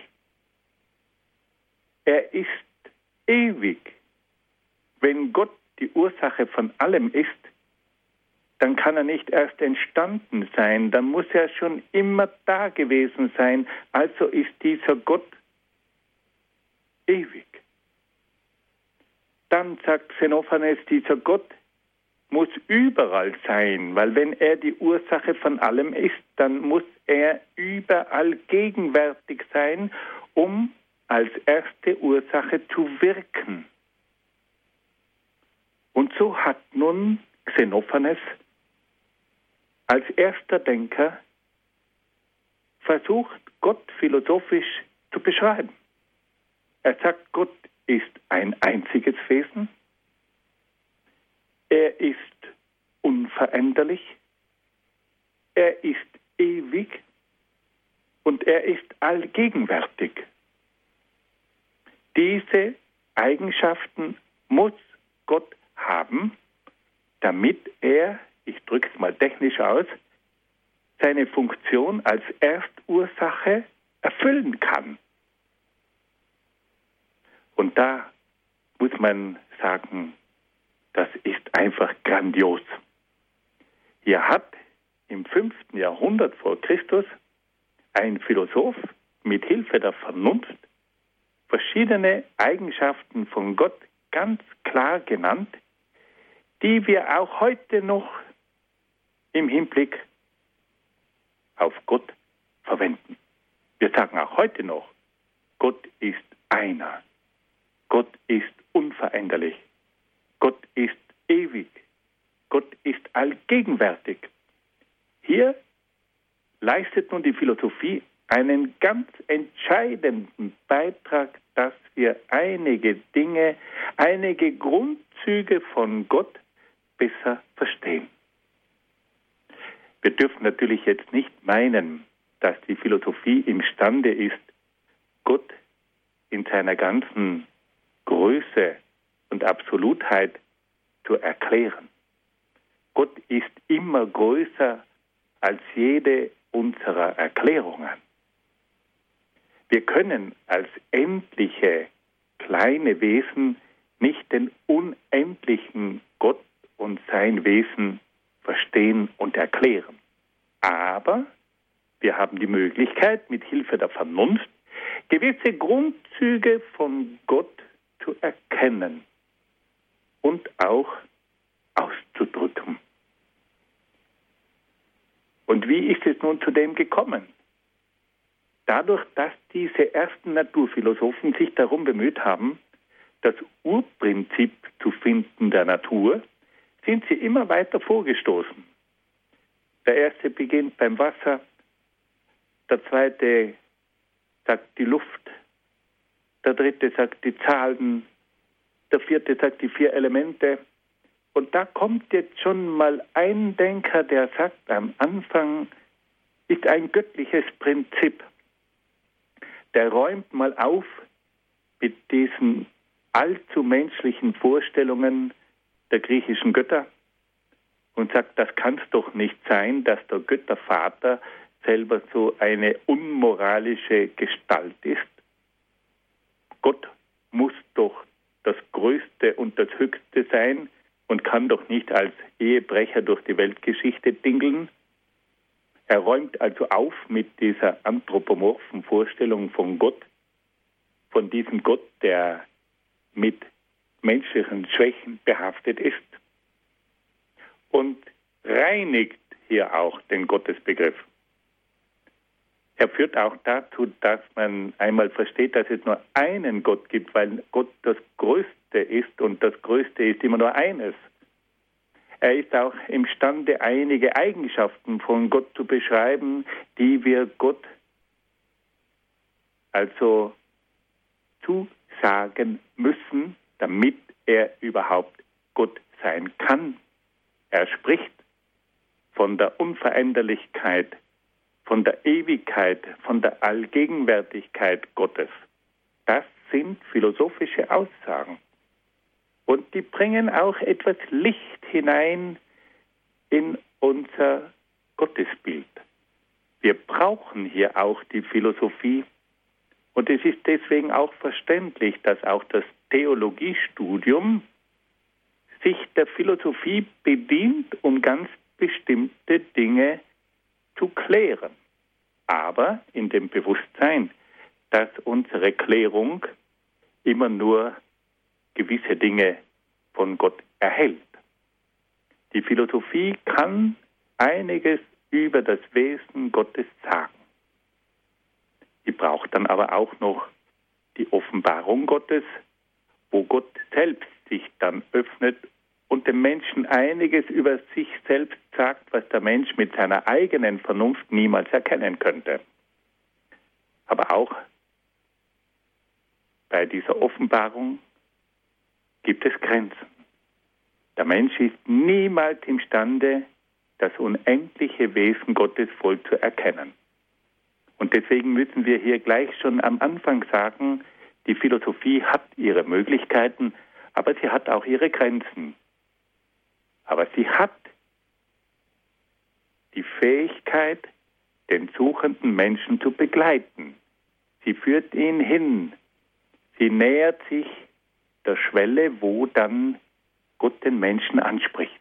Er ist ewig. Wenn Gott die Ursache von allem ist, dann kann er nicht erst entstanden sein, dann muss er schon immer da gewesen sein. Also ist dieser Gott ewig. Dann sagt Xenophanes, dieser Gott muss überall sein, weil wenn er die Ursache von allem ist, dann muss er überall gegenwärtig sein, um als erste Ursache zu wirken. Und so hat nun Xenophanes als erster Denker versucht, Gott philosophisch zu beschreiben. Er sagt, Gott ist ein einziges Wesen. Er ist unveränderlich. Er ist ewig. Und er ist allgegenwärtig. Diese Eigenschaften muss Gott haben, damit er, ich drücke es mal technisch aus, seine Funktion als Erstursache erfüllen kann. Und da muss man sagen, das ist einfach grandios. Hier hat im 5. Jahrhundert vor Christus ein Philosoph mit Hilfe der Vernunft verschiedene Eigenschaften von Gott ganz klar genannt, die wir auch heute noch im Hinblick auf Gott verwenden. Wir sagen auch heute noch, Gott ist einer. Gott ist unveränderlich. Gott ist ewig. Gott ist allgegenwärtig. Hier leistet nun die Philosophie einen ganz entscheidenden Beitrag, dass wir einige Dinge, einige Grundzüge von Gott besser verstehen. Wir dürfen natürlich jetzt nicht meinen, dass die Philosophie imstande ist, Gott in seiner ganzen Größe und Absolutheit zu erklären. Gott ist immer größer als jede unserer Erklärungen. Wir können als endliche kleine Wesen nicht den unendlichen Gott und sein Wesen verstehen und erklären. Aber wir haben die Möglichkeit, mit Hilfe der Vernunft gewisse Grundzüge von Gott zu erkennen und auch auszudrücken. Und wie ist es nun zu dem gekommen? Dadurch, dass diese ersten Naturphilosophen sich darum bemüht haben, das Urprinzip zu finden der Natur, sind sie immer weiter vorgestoßen. Der erste beginnt beim Wasser, der zweite sagt die Luft, der dritte sagt die Zahlen, der vierte sagt die 4 Elemente. Und da kommt jetzt schon mal ein Denker, der sagt, am Anfang ist ein göttliches Prinzip. Der räumt mal auf mit diesen allzu menschlichen Vorstellungen der griechischen Götter und sagt, das kann es doch nicht sein, dass der Göttervater selber so eine unmoralische Gestalt ist. Gott muss doch das Größte und das Höchste sein und kann doch nicht als Ehebrecher durch die Weltgeschichte dingeln. Er räumt also auf mit dieser anthropomorphen Vorstellung von Gott, von diesem Gott, der mit menschlichen Schwächen behaftet ist, und reinigt hier auch den Gottesbegriff. Er führt auch dazu, dass man einmal versteht, dass es nur einen Gott gibt, weil Gott das Größte ist und das Größte ist immer nur eines. Er ist auch imstande, einige Eigenschaften von Gott zu beschreiben, die wir Gott also zusagen müssen, damit er überhaupt Gott sein kann. Er spricht von der Unveränderlichkeit, von der Ewigkeit, von der Allgegenwärtigkeit Gottes. Das sind philosophische Aussagen. Und die bringen auch etwas Licht hinein in unser Gottesbild. Wir brauchen hier auch die Philosophie. Und es ist deswegen auch verständlich, dass auch das Theologiestudium sich der Philosophie bedient, um ganz bestimmte Dinge zu klären. Aber in dem Bewusstsein, dass unsere Klärung immer nur gewisse Dinge von Gott erhält. Die Philosophie kann einiges über das Wesen Gottes sagen. Sie braucht dann aber auch noch die Offenbarung Gottes, wo Gott selbst sich dann öffnet und dem Menschen einiges über sich selbst sagt, was der Mensch mit seiner eigenen Vernunft niemals erkennen könnte. Aber auch bei dieser Offenbarung gibt es Grenzen. Der Mensch ist niemals imstande, das unendliche Wesen Gottes voll zu erkennen. Und deswegen müssen wir hier gleich schon am Anfang sagen, die Philosophie hat ihre Möglichkeiten, aber sie hat auch ihre Grenzen. Aber sie hat die Fähigkeit, den suchenden Menschen zu begleiten. Sie führt ihn hin. Sie nähert sich der Schwelle, wo dann Gott den Menschen anspricht.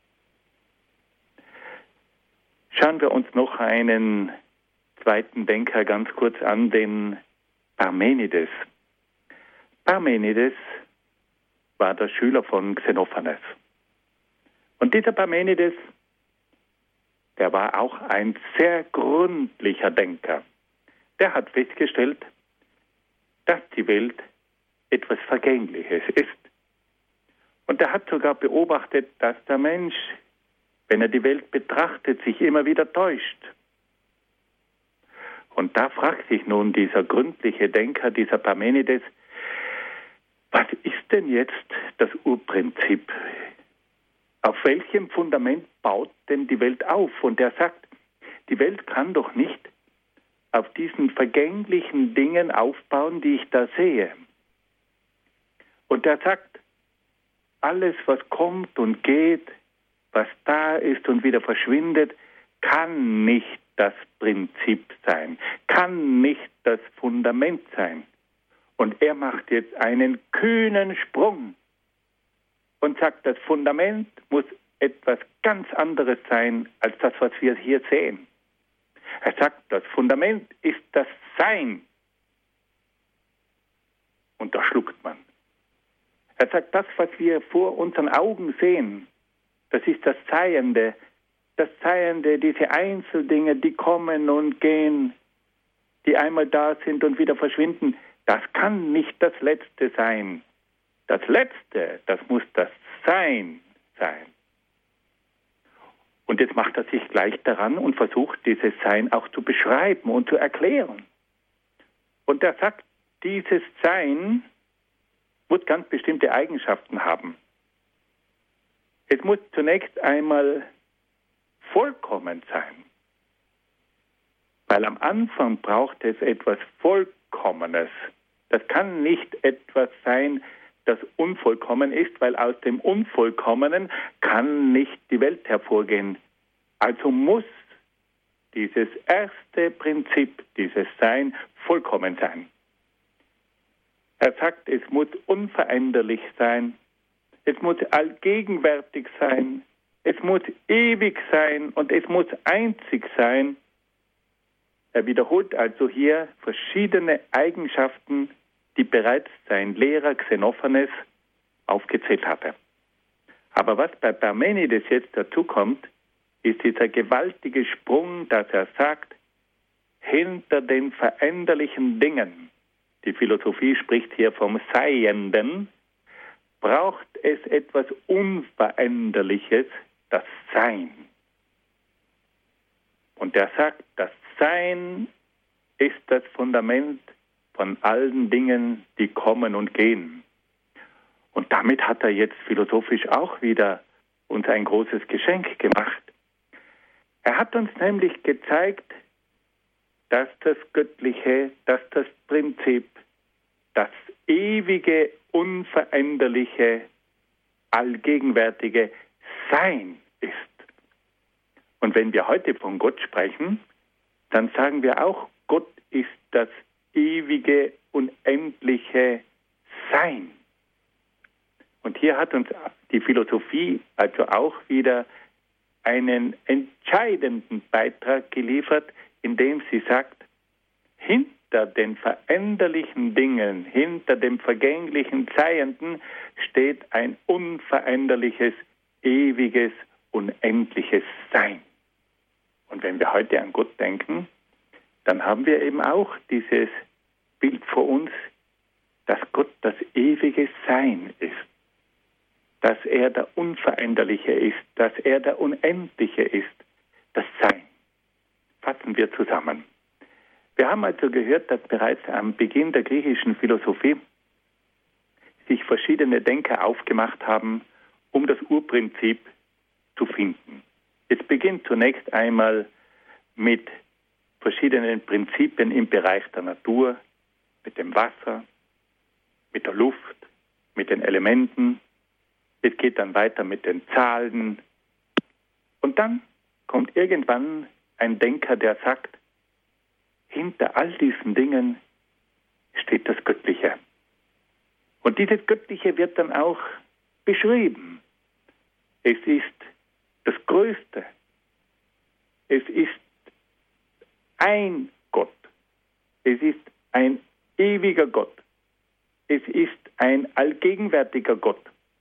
Schauen wir uns noch einen zweiten Denker ganz kurz an, den Parmenides. Parmenides war der Schüler von Xenophanes. Und dieser Parmenides, der war auch ein sehr gründlicher Denker. Der hat festgestellt, dass die Welt etwas Vergängliches ist. Und er hat sogar beobachtet, dass der Mensch, wenn er die Welt betrachtet, sich immer wieder täuscht. Und da fragt sich nun dieser gründliche Denker, dieser Parmenides, was ist denn jetzt das Urprinzip? Auf welchem Fundament baut denn die Welt auf? Und er sagt, die Welt kann doch nicht auf diesen vergänglichen Dingen aufbauen, die ich da sehe. Und er sagt, alles, was kommt und geht, was da ist und wieder verschwindet, kann nicht das Prinzip sein, kann nicht das Fundament sein. Und er macht jetzt einen kühnen Sprung und sagt, das Fundament muss etwas ganz anderes sein, als das, was wir hier sehen. Er sagt, das Fundament ist das Sein. Und da schluckt man. Er sagt, das, was wir vor unseren Augen sehen, das ist das Seiende, diese Einzeldinge, die kommen und gehen, die einmal da sind und wieder verschwinden. Das kann nicht das Letzte sein. Das Letzte, das muss das Sein sein. Und jetzt macht er sich gleich daran und versucht, dieses Sein auch zu beschreiben und zu erklären. Und er sagt, dieses Sein muss ganz bestimmte Eigenschaften haben. Es muss zunächst einmal vollkommen sein. Weil am Anfang braucht es etwas Vollkommenes. Das kann nicht etwas sein, das unvollkommen ist, weil aus dem Unvollkommenen kann nicht die Welt hervorgehen. Also muss dieses erste Prinzip, dieses Sein, vollkommen sein. Er sagt, es muss unveränderlich sein, es muss allgegenwärtig sein, es muss ewig sein und es muss einzig sein. Er wiederholt also hier verschiedene Eigenschaften, die bereits sein Lehrer Xenophanes aufgezählt hatte. Aber was bei Parmenides jetzt dazu kommt, ist dieser gewaltige Sprung, dass er sagt, hinter den veränderlichen Dingen, die Philosophie spricht hier vom Seienden, braucht es etwas Unveränderliches, Sein. Und er sagt, das Sein ist das Fundament von allen Dingen, die kommen und gehen. Und damit hat er jetzt philosophisch auch wieder uns ein großes Geschenk gemacht. Er hat uns nämlich gezeigt, dass das Göttliche, dass das Prinzip, das ewige, unveränderliche, allgegenwärtige Sein ist. Und wenn wir heute von Gott sprechen, dann sagen wir auch, Gott ist das ewige, unendliche Sein. Und hier hat uns die Philosophie also auch wieder einen entscheidenden Beitrag geliefert, indem sie sagt, hinter den veränderlichen Dingen, hinter dem vergänglichen Seienden steht ein unveränderliches, ewiges, unendliches Sein. Und wenn wir heute an Gott denken, dann haben wir eben auch dieses Bild vor uns, dass Gott das ewige Sein ist, dass er der Unveränderliche ist, dass er der Unendliche ist, das Sein. Fassen wir zusammen. Wir haben also gehört, dass bereits am Beginn der griechischen Philosophie sich verschiedene Denker aufgemacht haben, um das Urprinzip zu finden. Es beginnt zunächst einmal mit verschiedenen Prinzipien im Bereich der Natur, mit dem Wasser, mit der Luft, mit den Elementen. Es geht dann weiter mit den Zahlen. Und dann kommt irgendwann ein Denker, der sagt, hinter all diesen Dingen steht das Göttliche. Und dieses Göttliche wird dann auch beschrieben. Es ist das Größte. Es ist ein Gott. Es ist ein ewiger Gott. Es ist ein allgegenwärtiger Gott.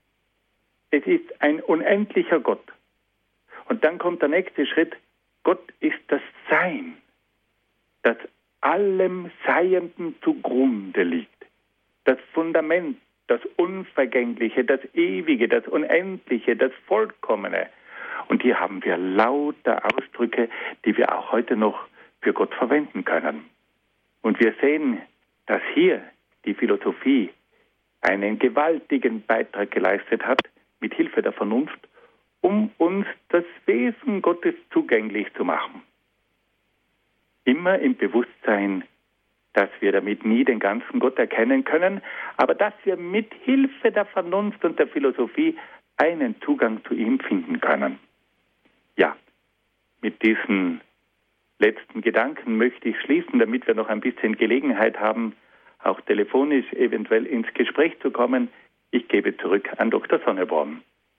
Es ist ein unendlicher Gott. Und dann kommt der nächste Schritt. Gott ist das Sein, das allem Seienden zugrunde liegt. Das Fundament, das Unvergängliche, das Ewige, das Unendliche, das Vollkommene. Und hier haben wir lauter Ausdrücke, die wir auch heute noch für Gott verwenden können. Und wir sehen, dass hier die Philosophie einen gewaltigen Beitrag geleistet hat, mit Hilfe der Vernunft, um uns das Wesen Gottes zugänglich zu machen. Immer im Bewusstsein, dass wir damit nie den ganzen Gott erkennen können, aber dass wir mit Hilfe der Vernunft und der Philosophie einen Zugang zu ihm finden können. Ja, mit diesen letzten Gedanken möchte ich schließen, damit wir noch ein bisschen Gelegenheit haben, auch telefonisch eventuell ins Gespräch zu kommen. Ich gebe zurück an Dr. Sonneborn.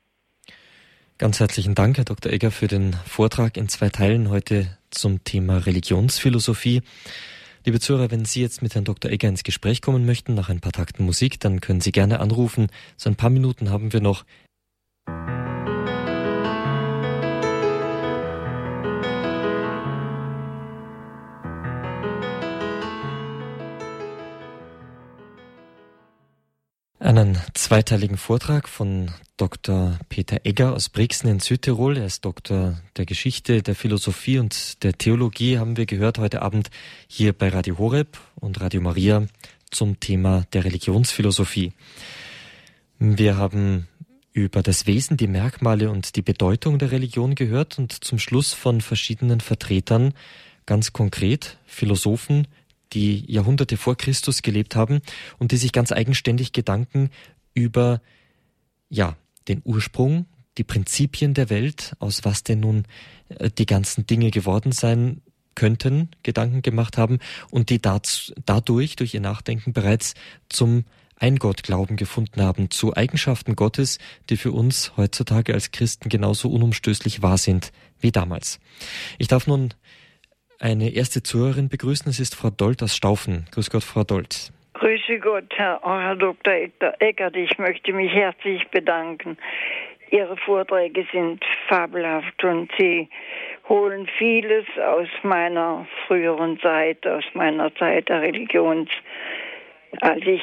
Ganz herzlichen Dank, Herr Dr. Egger, für den Vortrag in 2 Teilen heute zum Thema Religionsphilosophie. Liebe Zuhörer, wenn Sie jetzt mit Herrn Dr. Egger ins Gespräch kommen möchten, nach ein paar Takten Musik, dann können Sie gerne anrufen. So ein paar Minuten haben wir noch. Einen zweiteiligen Vortrag von Dr. Peter Egger aus Brixen in Südtirol. Er ist Doktor der Geschichte, der Philosophie und der Theologie, haben wir gehört heute Abend hier bei Radio Horeb und Radio Maria zum Thema der Religionsphilosophie. Wir haben über das Wesen, die Merkmale und die Bedeutung der Religion gehört und zum Schluss von verschiedenen Vertretern, ganz konkret Philosophen, die Jahrhunderte vor Christus gelebt haben und die sich ganz eigenständig Gedanken über, den Ursprung, die Prinzipien der Welt, aus was denn nun die ganzen Dinge geworden sein könnten, Gedanken gemacht haben und die dadurch, durch ihr Nachdenken bereits zum Eingottglauben gefunden haben, zu Eigenschaften Gottes, die für uns heutzutage als Christen genauso unumstößlich wahr sind wie damals. Ich darf nun eine erste Zuhörerin begrüßen. Es ist Frau Dold aus Staufen. Grüß Gott, Frau Dold. Grüße Gott, Herr Dr. Eckert. Ich möchte mich herzlich bedanken. Ihre Vorträge sind fabelhaft und Sie holen vieles aus meiner früheren Zeit, aus meiner Zeit der als ich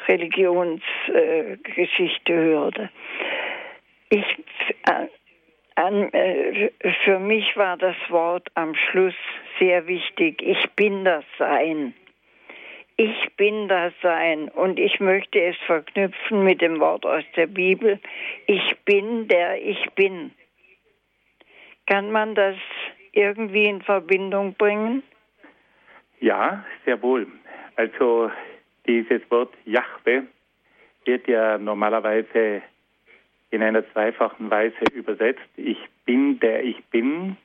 Religionsgeschichte hörte. Für mich war das Wort am Schluss sehr wichtig. Ich bin das Sein. Ich bin das Sein. Und ich möchte es verknüpfen mit dem Wort aus der Bibel. Ich bin, der ich bin. Kann man das irgendwie in Verbindung bringen? Ja, sehr wohl. Also dieses Wort Jahwe wird ja normalerweise in einer zweifachen Weise übersetzt. Ich bin, der ich bin.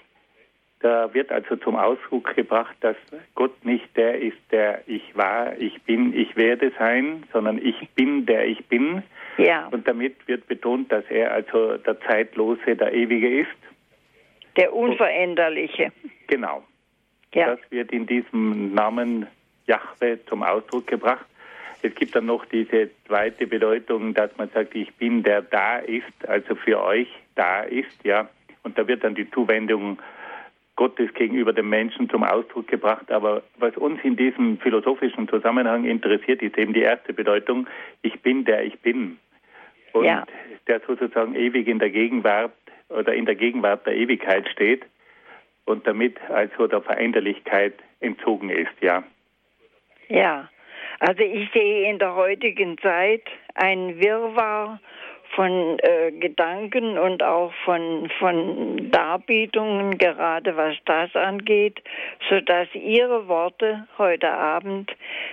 Da wird also zum Ausdruck gebracht, dass Gott nicht der ist, der ich war, ich bin, ich werde sein, sondern ich bin, der ich bin. Ja. Und damit wird betont, dass er also der Zeitlose, der Ewige ist. Der Unveränderliche. Genau. Ja. Das wird in diesem Namen Jahwe zum Ausdruck gebracht. Es gibt dann noch diese zweite Bedeutung, dass man sagt, ich bin, der da ist, also für euch da ist, ja. Und da wird dann die Zuwendung Gottes gegenüber dem Menschen zum Ausdruck gebracht. Aber was uns in diesem philosophischen Zusammenhang interessiert, ist eben die erste Bedeutung, ich bin, der ich bin. Und der sozusagen ewig in der Gegenwart oder in der Gegenwart der Ewigkeit steht und damit also der Veränderlichkeit entzogen ist, ja. Ja, also ich sehe in der heutigen Zeit ein Wirrwarr von Gedanken und auch von Darbietungen, gerade was das angeht, sodass Ihre Worte heute Abend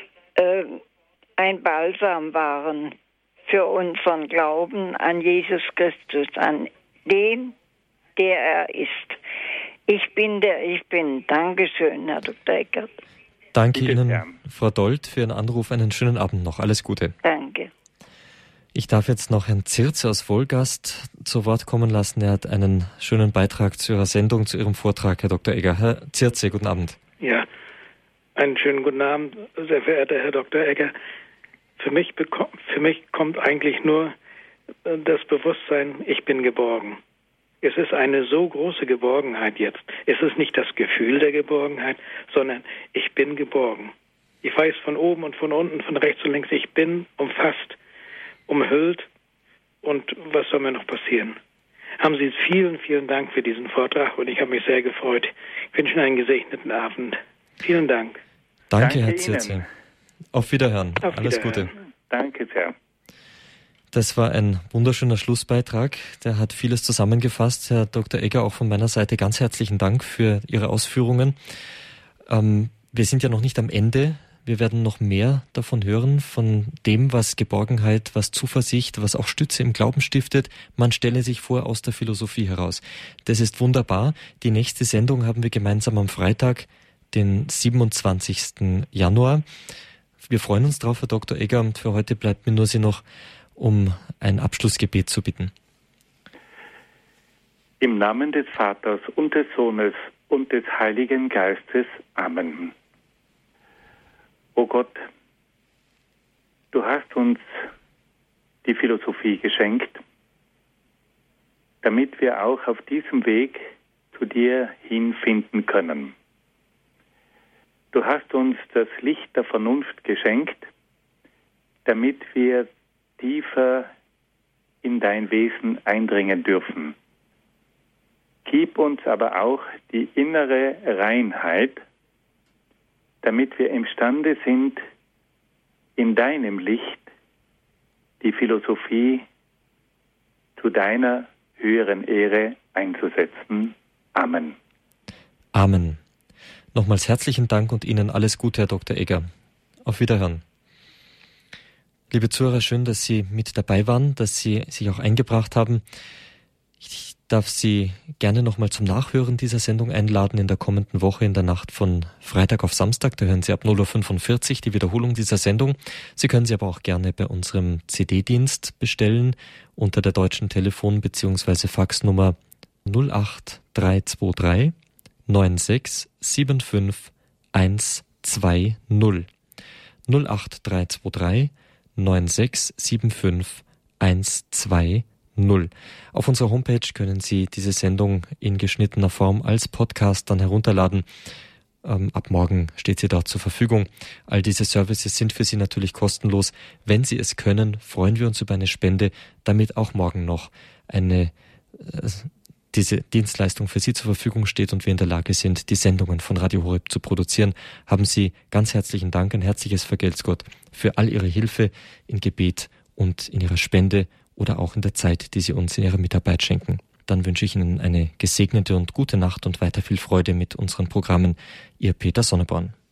ein Balsam waren für unseren Glauben an Jesus Christus, an den, der er ist. Ich bin, der ich bin. Dankeschön, Herr Dr. Eckert. Danke Ihnen, Frau Dold, für Ihren Anruf. Einen schönen Abend noch. Alles Gute. Danke. Ich darf jetzt noch Herrn Zirze aus Wolgast zu Wort kommen lassen. Er hat einen schönen Beitrag zu Ihrer Sendung, zu Ihrem Vortrag, Herr Dr. Egger. Herr Zirze, guten Abend. Ja, einen schönen guten Abend, sehr verehrter Herr Dr. Egger. Für mich kommt eigentlich nur das Bewusstsein, ich bin geborgen. Es ist eine so große Geborgenheit jetzt. Es ist nicht das Gefühl der Geborgenheit, sondern ich bin geborgen. Ich weiß von oben und von unten, von rechts und links, ich bin umfasst, umhüllt. Und was soll mir noch passieren? Haben Sie vielen, vielen Dank für diesen Vortrag und ich habe mich sehr gefreut. Ich wünsche Ihnen einen gesegneten Abend. Vielen Dank. Danke Herr Zirze. Auf Wiederhören. Alles Gute. Danke sehr. Das war ein wunderschöner Schlussbeitrag. Der hat vieles zusammengefasst. Herr Dr. Egger, auch von meiner Seite ganz herzlichen Dank für Ihre Ausführungen. Wir sind ja noch nicht am Ende. Wir werden noch mehr davon hören, von dem, was Geborgenheit, was Zuversicht, was auch Stütze im Glauben stiftet. Man stelle sich vor, aus der Philosophie heraus. Das ist wunderbar. Die nächste Sendung haben wir gemeinsam am Freitag, den 27. Januar. Wir freuen uns drauf, Herr Dr. Egger, und für heute bleibt mir nur Sie noch um ein Abschlussgebet zu bitten. Im Namen des Vaters und des Sohnes und des Heiligen Geistes. Amen. O Gott, du hast uns die Philosophie geschenkt, damit wir auch auf diesem Weg zu dir hinfinden können. Du hast uns das Licht der Vernunft geschenkt, damit wir tiefer in dein Wesen eindringen dürfen. Gib uns aber auch die innere Reinheit, damit wir imstande sind, in deinem Licht die Philosophie zu deiner höheren Ehre einzusetzen. Amen. Amen. Nochmals herzlichen Dank und Ihnen alles Gute, Herr Dr. Egger. Auf Wiederhören. Liebe Zuhörer, schön, dass Sie mit dabei waren, dass Sie sich auch eingebracht haben. Ich darf Sie gerne nochmal zum Nachhören dieser Sendung einladen in der kommenden Woche, in der Nacht von Freitag auf Samstag. Da hören Sie ab 0:45 Uhr die Wiederholung dieser Sendung. Sie können sie aber auch gerne bei unserem CD-Dienst bestellen unter der deutschen Telefon- bzw. Faxnummer 08323 9675 120. 08323 9675 120. Auf unserer Homepage können Sie diese Sendung in geschnittener Form als Podcast dann herunterladen. Ab morgen steht sie dort zur Verfügung. All diese Services sind für Sie natürlich kostenlos. Wenn Sie es können, freuen wir uns über eine Spende, damit auch morgen noch eine diese Dienstleistung für Sie zur Verfügung steht und wir in der Lage sind, die Sendungen von Radio Horeb zu produzieren, haben Sie ganz herzlichen Dank, ein herzliches Vergelt's Gott für all Ihre Hilfe in Gebet und in Ihrer Spende oder auch in der Zeit, die Sie uns in Ihrer Mitarbeit schenken. Dann wünsche ich Ihnen eine gesegnete und gute Nacht und weiter viel Freude mit unseren Programmen. Ihr Peter Sonneborn.